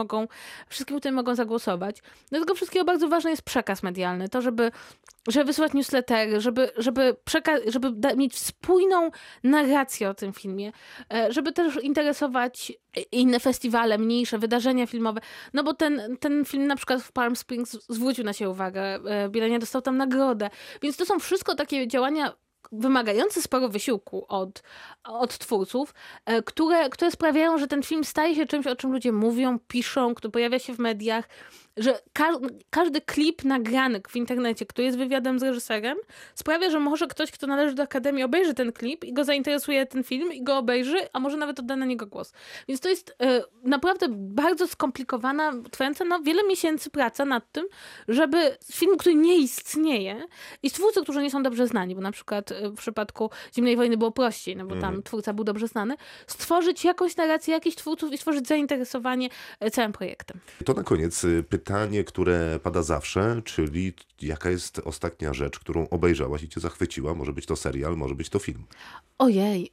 mogą zagłosować. Do tego wszystkiego bardzo ważny jest przekaz medialny, to żeby wysyłać newslettery, żeby mieć spójną narrację o tym filmie, żeby też interesować inne festiwale, mniejsze wydarzenia filmowe, no bo ten film na przykład w Palm Springs zwrócił na siebie uwagę, Bielenia dostał tam nagrodę, więc to są wszystko takie działania wymagające sporo wysiłku od twórców, które sprawiają, że ten film staje się czymś, o czym ludzie mówią, piszą, który pojawia się w mediach, że każdy klip nagrany w internecie, który jest wywiadem z reżyserem, sprawia, że może ktoś, kto należy do Akademii, obejrzy ten klip i go zainteresuje ten film i go obejrzy, a może nawet odda na niego głos. Więc to jest naprawdę bardzo skomplikowana, trwająca wiele miesięcy praca nad tym, żeby film, który nie istnieje i twórcy, którzy nie są dobrze znani, bo na przykład w przypadku Zimnej Wojny było prościej, no bo tam twórca był dobrze znany, stworzyć jakąś narrację, jakichś twórców i stworzyć zainteresowanie całym projektem. To na koniec pytanie, które pada zawsze, czyli jaka jest ostatnia rzecz, którą obejrzałaś i cię zachwyciła? Może być to serial, może być to film. Ojej.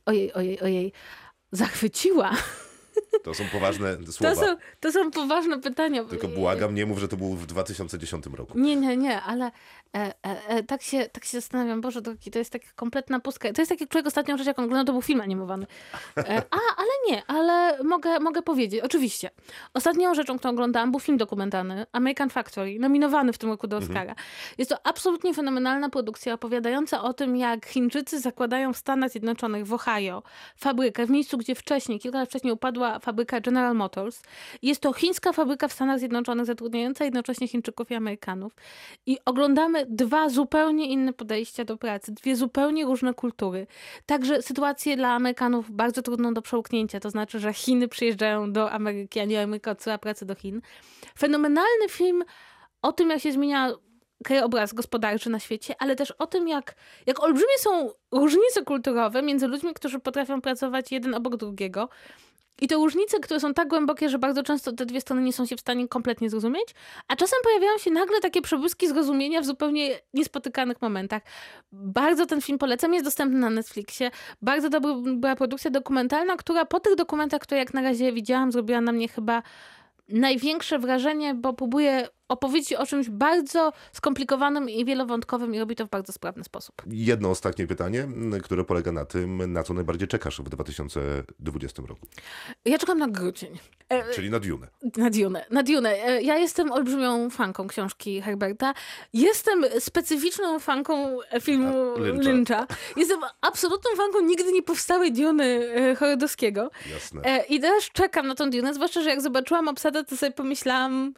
Zachwyciła. To są poważne słowa. To są poważne pytania. Tylko błagam, nie mów, że to było w 2010 roku. Nie, ale tak się zastanawiam, Boże drogi, to jest taka kompletna pustka. To jest tak jak człowiek ostatnią rzecz, jaką oglądał, to był film animowany. Ale mogę powiedzieć, oczywiście. Ostatnią rzeczą, którą oglądałam, był film dokumentalny, American Factory, nominowany w tym roku do Oscara. Jest to absolutnie fenomenalna produkcja opowiadająca o tym, jak Chińczycy zakładają w Stanach Zjednoczonych, w Ohio, fabrykę, w miejscu, gdzie kilka lat wcześniej upadła fabryka General Motors. Jest to chińska fabryka w Stanach Zjednoczonych, zatrudniająca jednocześnie Chińczyków i Amerykanów. I oglądamy dwa zupełnie inne podejścia do pracy, dwie zupełnie różne kultury. Także sytuację dla Amerykanów bardzo trudną do przełknięcia, to znaczy, że Chiny przyjeżdżają do Ameryki, a nie Ameryka odsyła pracę do Chin. Fenomenalny film o tym, jak się zmienia krajobraz gospodarczy na świecie, ale też o tym, jak olbrzymie są różnice kulturowe między ludźmi, którzy potrafią pracować jeden obok drugiego. I to różnice, które są tak głębokie, że bardzo często te dwie strony nie są się w stanie kompletnie zrozumieć, a czasem pojawiają się nagle takie przebłyski zrozumienia w zupełnie niespotykanych momentach. Bardzo ten film polecam, jest dostępny na Netflixie. Bardzo dobra była produkcja dokumentalna, która po tych dokumentach, które jak na razie widziałam, zrobiła na mnie chyba największe wrażenie, bo próbuję opowiedzieć o czymś bardzo skomplikowanym i wielowątkowym i robi to w bardzo sprawny sposób. Jedno ostatnie pytanie, które polega na tym, na co najbardziej czekasz w 2020 roku. Ja czekam na grudzień. Czyli na Dune. Na Dune. Ja jestem olbrzymią fanką książki Herberta. Jestem specyficzną fanką filmu Lyncha. Jestem absolutną fanką nigdy nie powstałej Duny Horodowskiego. Jasne. I też czekam na tą Dunę, zwłaszcza, że jak zobaczyłam obsadę, to sobie pomyślałam,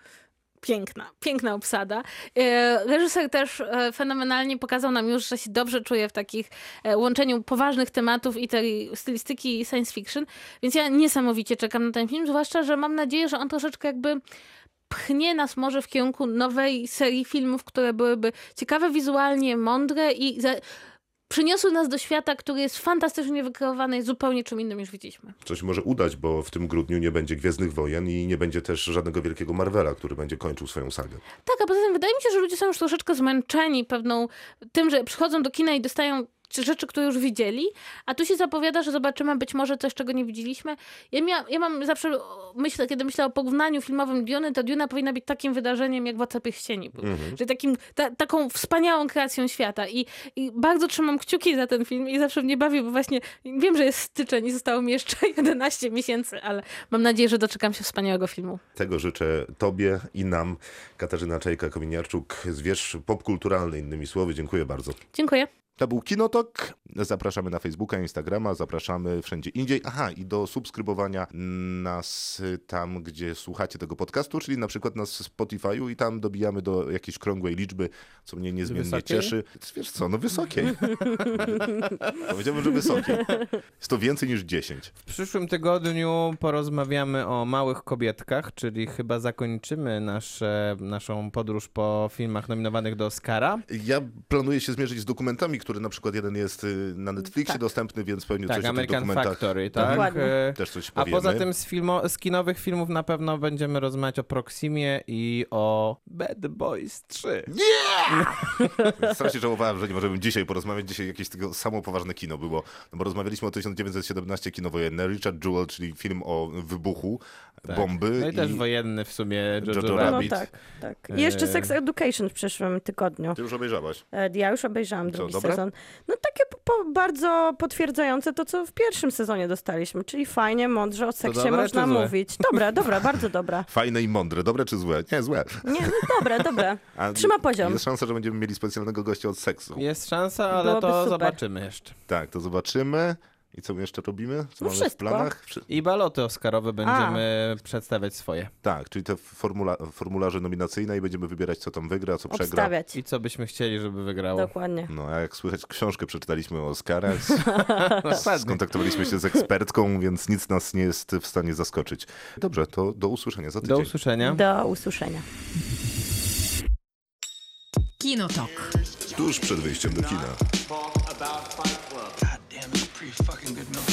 piękna obsada. Reżyser też fenomenalnie pokazał nam już, że się dobrze czuje w takich łączeniu poważnych tematów i tej stylistyki science fiction, więc ja niesamowicie czekam na ten film, zwłaszcza, że mam nadzieję, że on troszeczkę jakby pchnie nas może w kierunku nowej serii filmów, które byłyby ciekawe wizualnie, mądre i przyniosły nas do świata, który jest fantastycznie wykreowany i zupełnie czym innym już widzieliśmy. Coś może udać, bo w tym grudniu nie będzie Gwiezdnych Wojen i nie będzie też żadnego wielkiego Marvela, który będzie kończył swoją sagę. Tak, a poza tym wydaje mi się, że ludzie są już troszeczkę zmęczeni tym, że przychodzą do kina i dostają rzeczy, które już widzieli, a tu się zapowiada, że zobaczymy być może coś, czego nie widzieliśmy. Ja mam zawsze kiedy myślę o porównaniu filmowym Duny, to Duna powinna być takim wydarzeniem, jak Władca Pierścieni był. Czyli taką wspaniałą kreacją świata. I bardzo trzymam kciuki za ten film i zawsze mnie bawi, bo właśnie wiem, że jest styczeń i zostało mi jeszcze 11 miesięcy, ale mam nadzieję, że doczekam się wspaniałego filmu. Tego życzę tobie i nam. Katarzyna Czajka-Kominiarczuk, zwierz popkulturalny, innymi słowy. Dziękuję bardzo. Dziękuję. To był Kinotok. Zapraszamy na Facebooka, Instagrama, zapraszamy wszędzie indziej. Aha, i do subskrybowania nas tam, gdzie słuchacie tego podcastu, czyli na przykład na Spotify'u i tam dobijamy do jakiejś krągłej liczby, co mnie niezmiennie cieszy. Wiesz co, wysokiej. Powiedziałbym, że wysokiej. Jest to więcej niż 10. W przyszłym tygodniu porozmawiamy o małych kobietkach, czyli chyba zakończymy naszą podróż po filmach nominowanych do Oscara. Ja planuję się zmierzyć z dokumentami, który na przykład jeden jest na Netflixie dostępny, więc pewnie coś American o tych dokumentach. Factory, tak? Też coś A powiemy. poza tym z kinowych filmów na pewno będziemy rozmawiać o Proximie i o Bad Boys 3. Strasznie żałowałem, że nie możemy dzisiaj porozmawiać. Dzisiaj jakieś tego samo poważne kino było. No bo rozmawialiśmy o 1917 kino wojenne. Richard Jewell, czyli film o wybuchu bomby. No i też wojenny w sumie Jojo Rabbit. No tak. I jeszcze Sex Education w przyszłym tygodniu. Ty już obejrzałaś? Ja już obejrzałam drugi dobre? sezon. No takie bardzo potwierdzające to, co w pierwszym sezonie dostaliśmy, czyli fajnie, mądrze, o seksie dobre, można mówić. Dobra, bardzo dobra. Fajne i mądre. Dobre czy złe? Nie, złe. Nie, dobre. Trzyma poziom. Jest szansa, że będziemy mieli specjalnego gościa od seksu. Jest szansa, ale Byłoby to super. zobaczymy jeszcze. Tak, to zobaczymy. I co my jeszcze robimy? Co mamy w wszystko. planach? I baloty oscarowe będziemy przedstawiać swoje. Tak, czyli te formularze nominacyjne i będziemy wybierać, co tam wygra, co przegra. Obstawiać. I co byśmy chcieli, żeby wygrało. Dokładnie. No, a jak słychać, książkę przeczytaliśmy o Oscarach. Skontaktowaliśmy się z ekspertką, więc nic nas nie jest w stanie zaskoczyć. Dobrze, to do usłyszenia za tydzień. Do usłyszenia. Do usłyszenia. Kinotok. Tuż przed wyjściem do kina. God damn, it's pretty fucking good milk.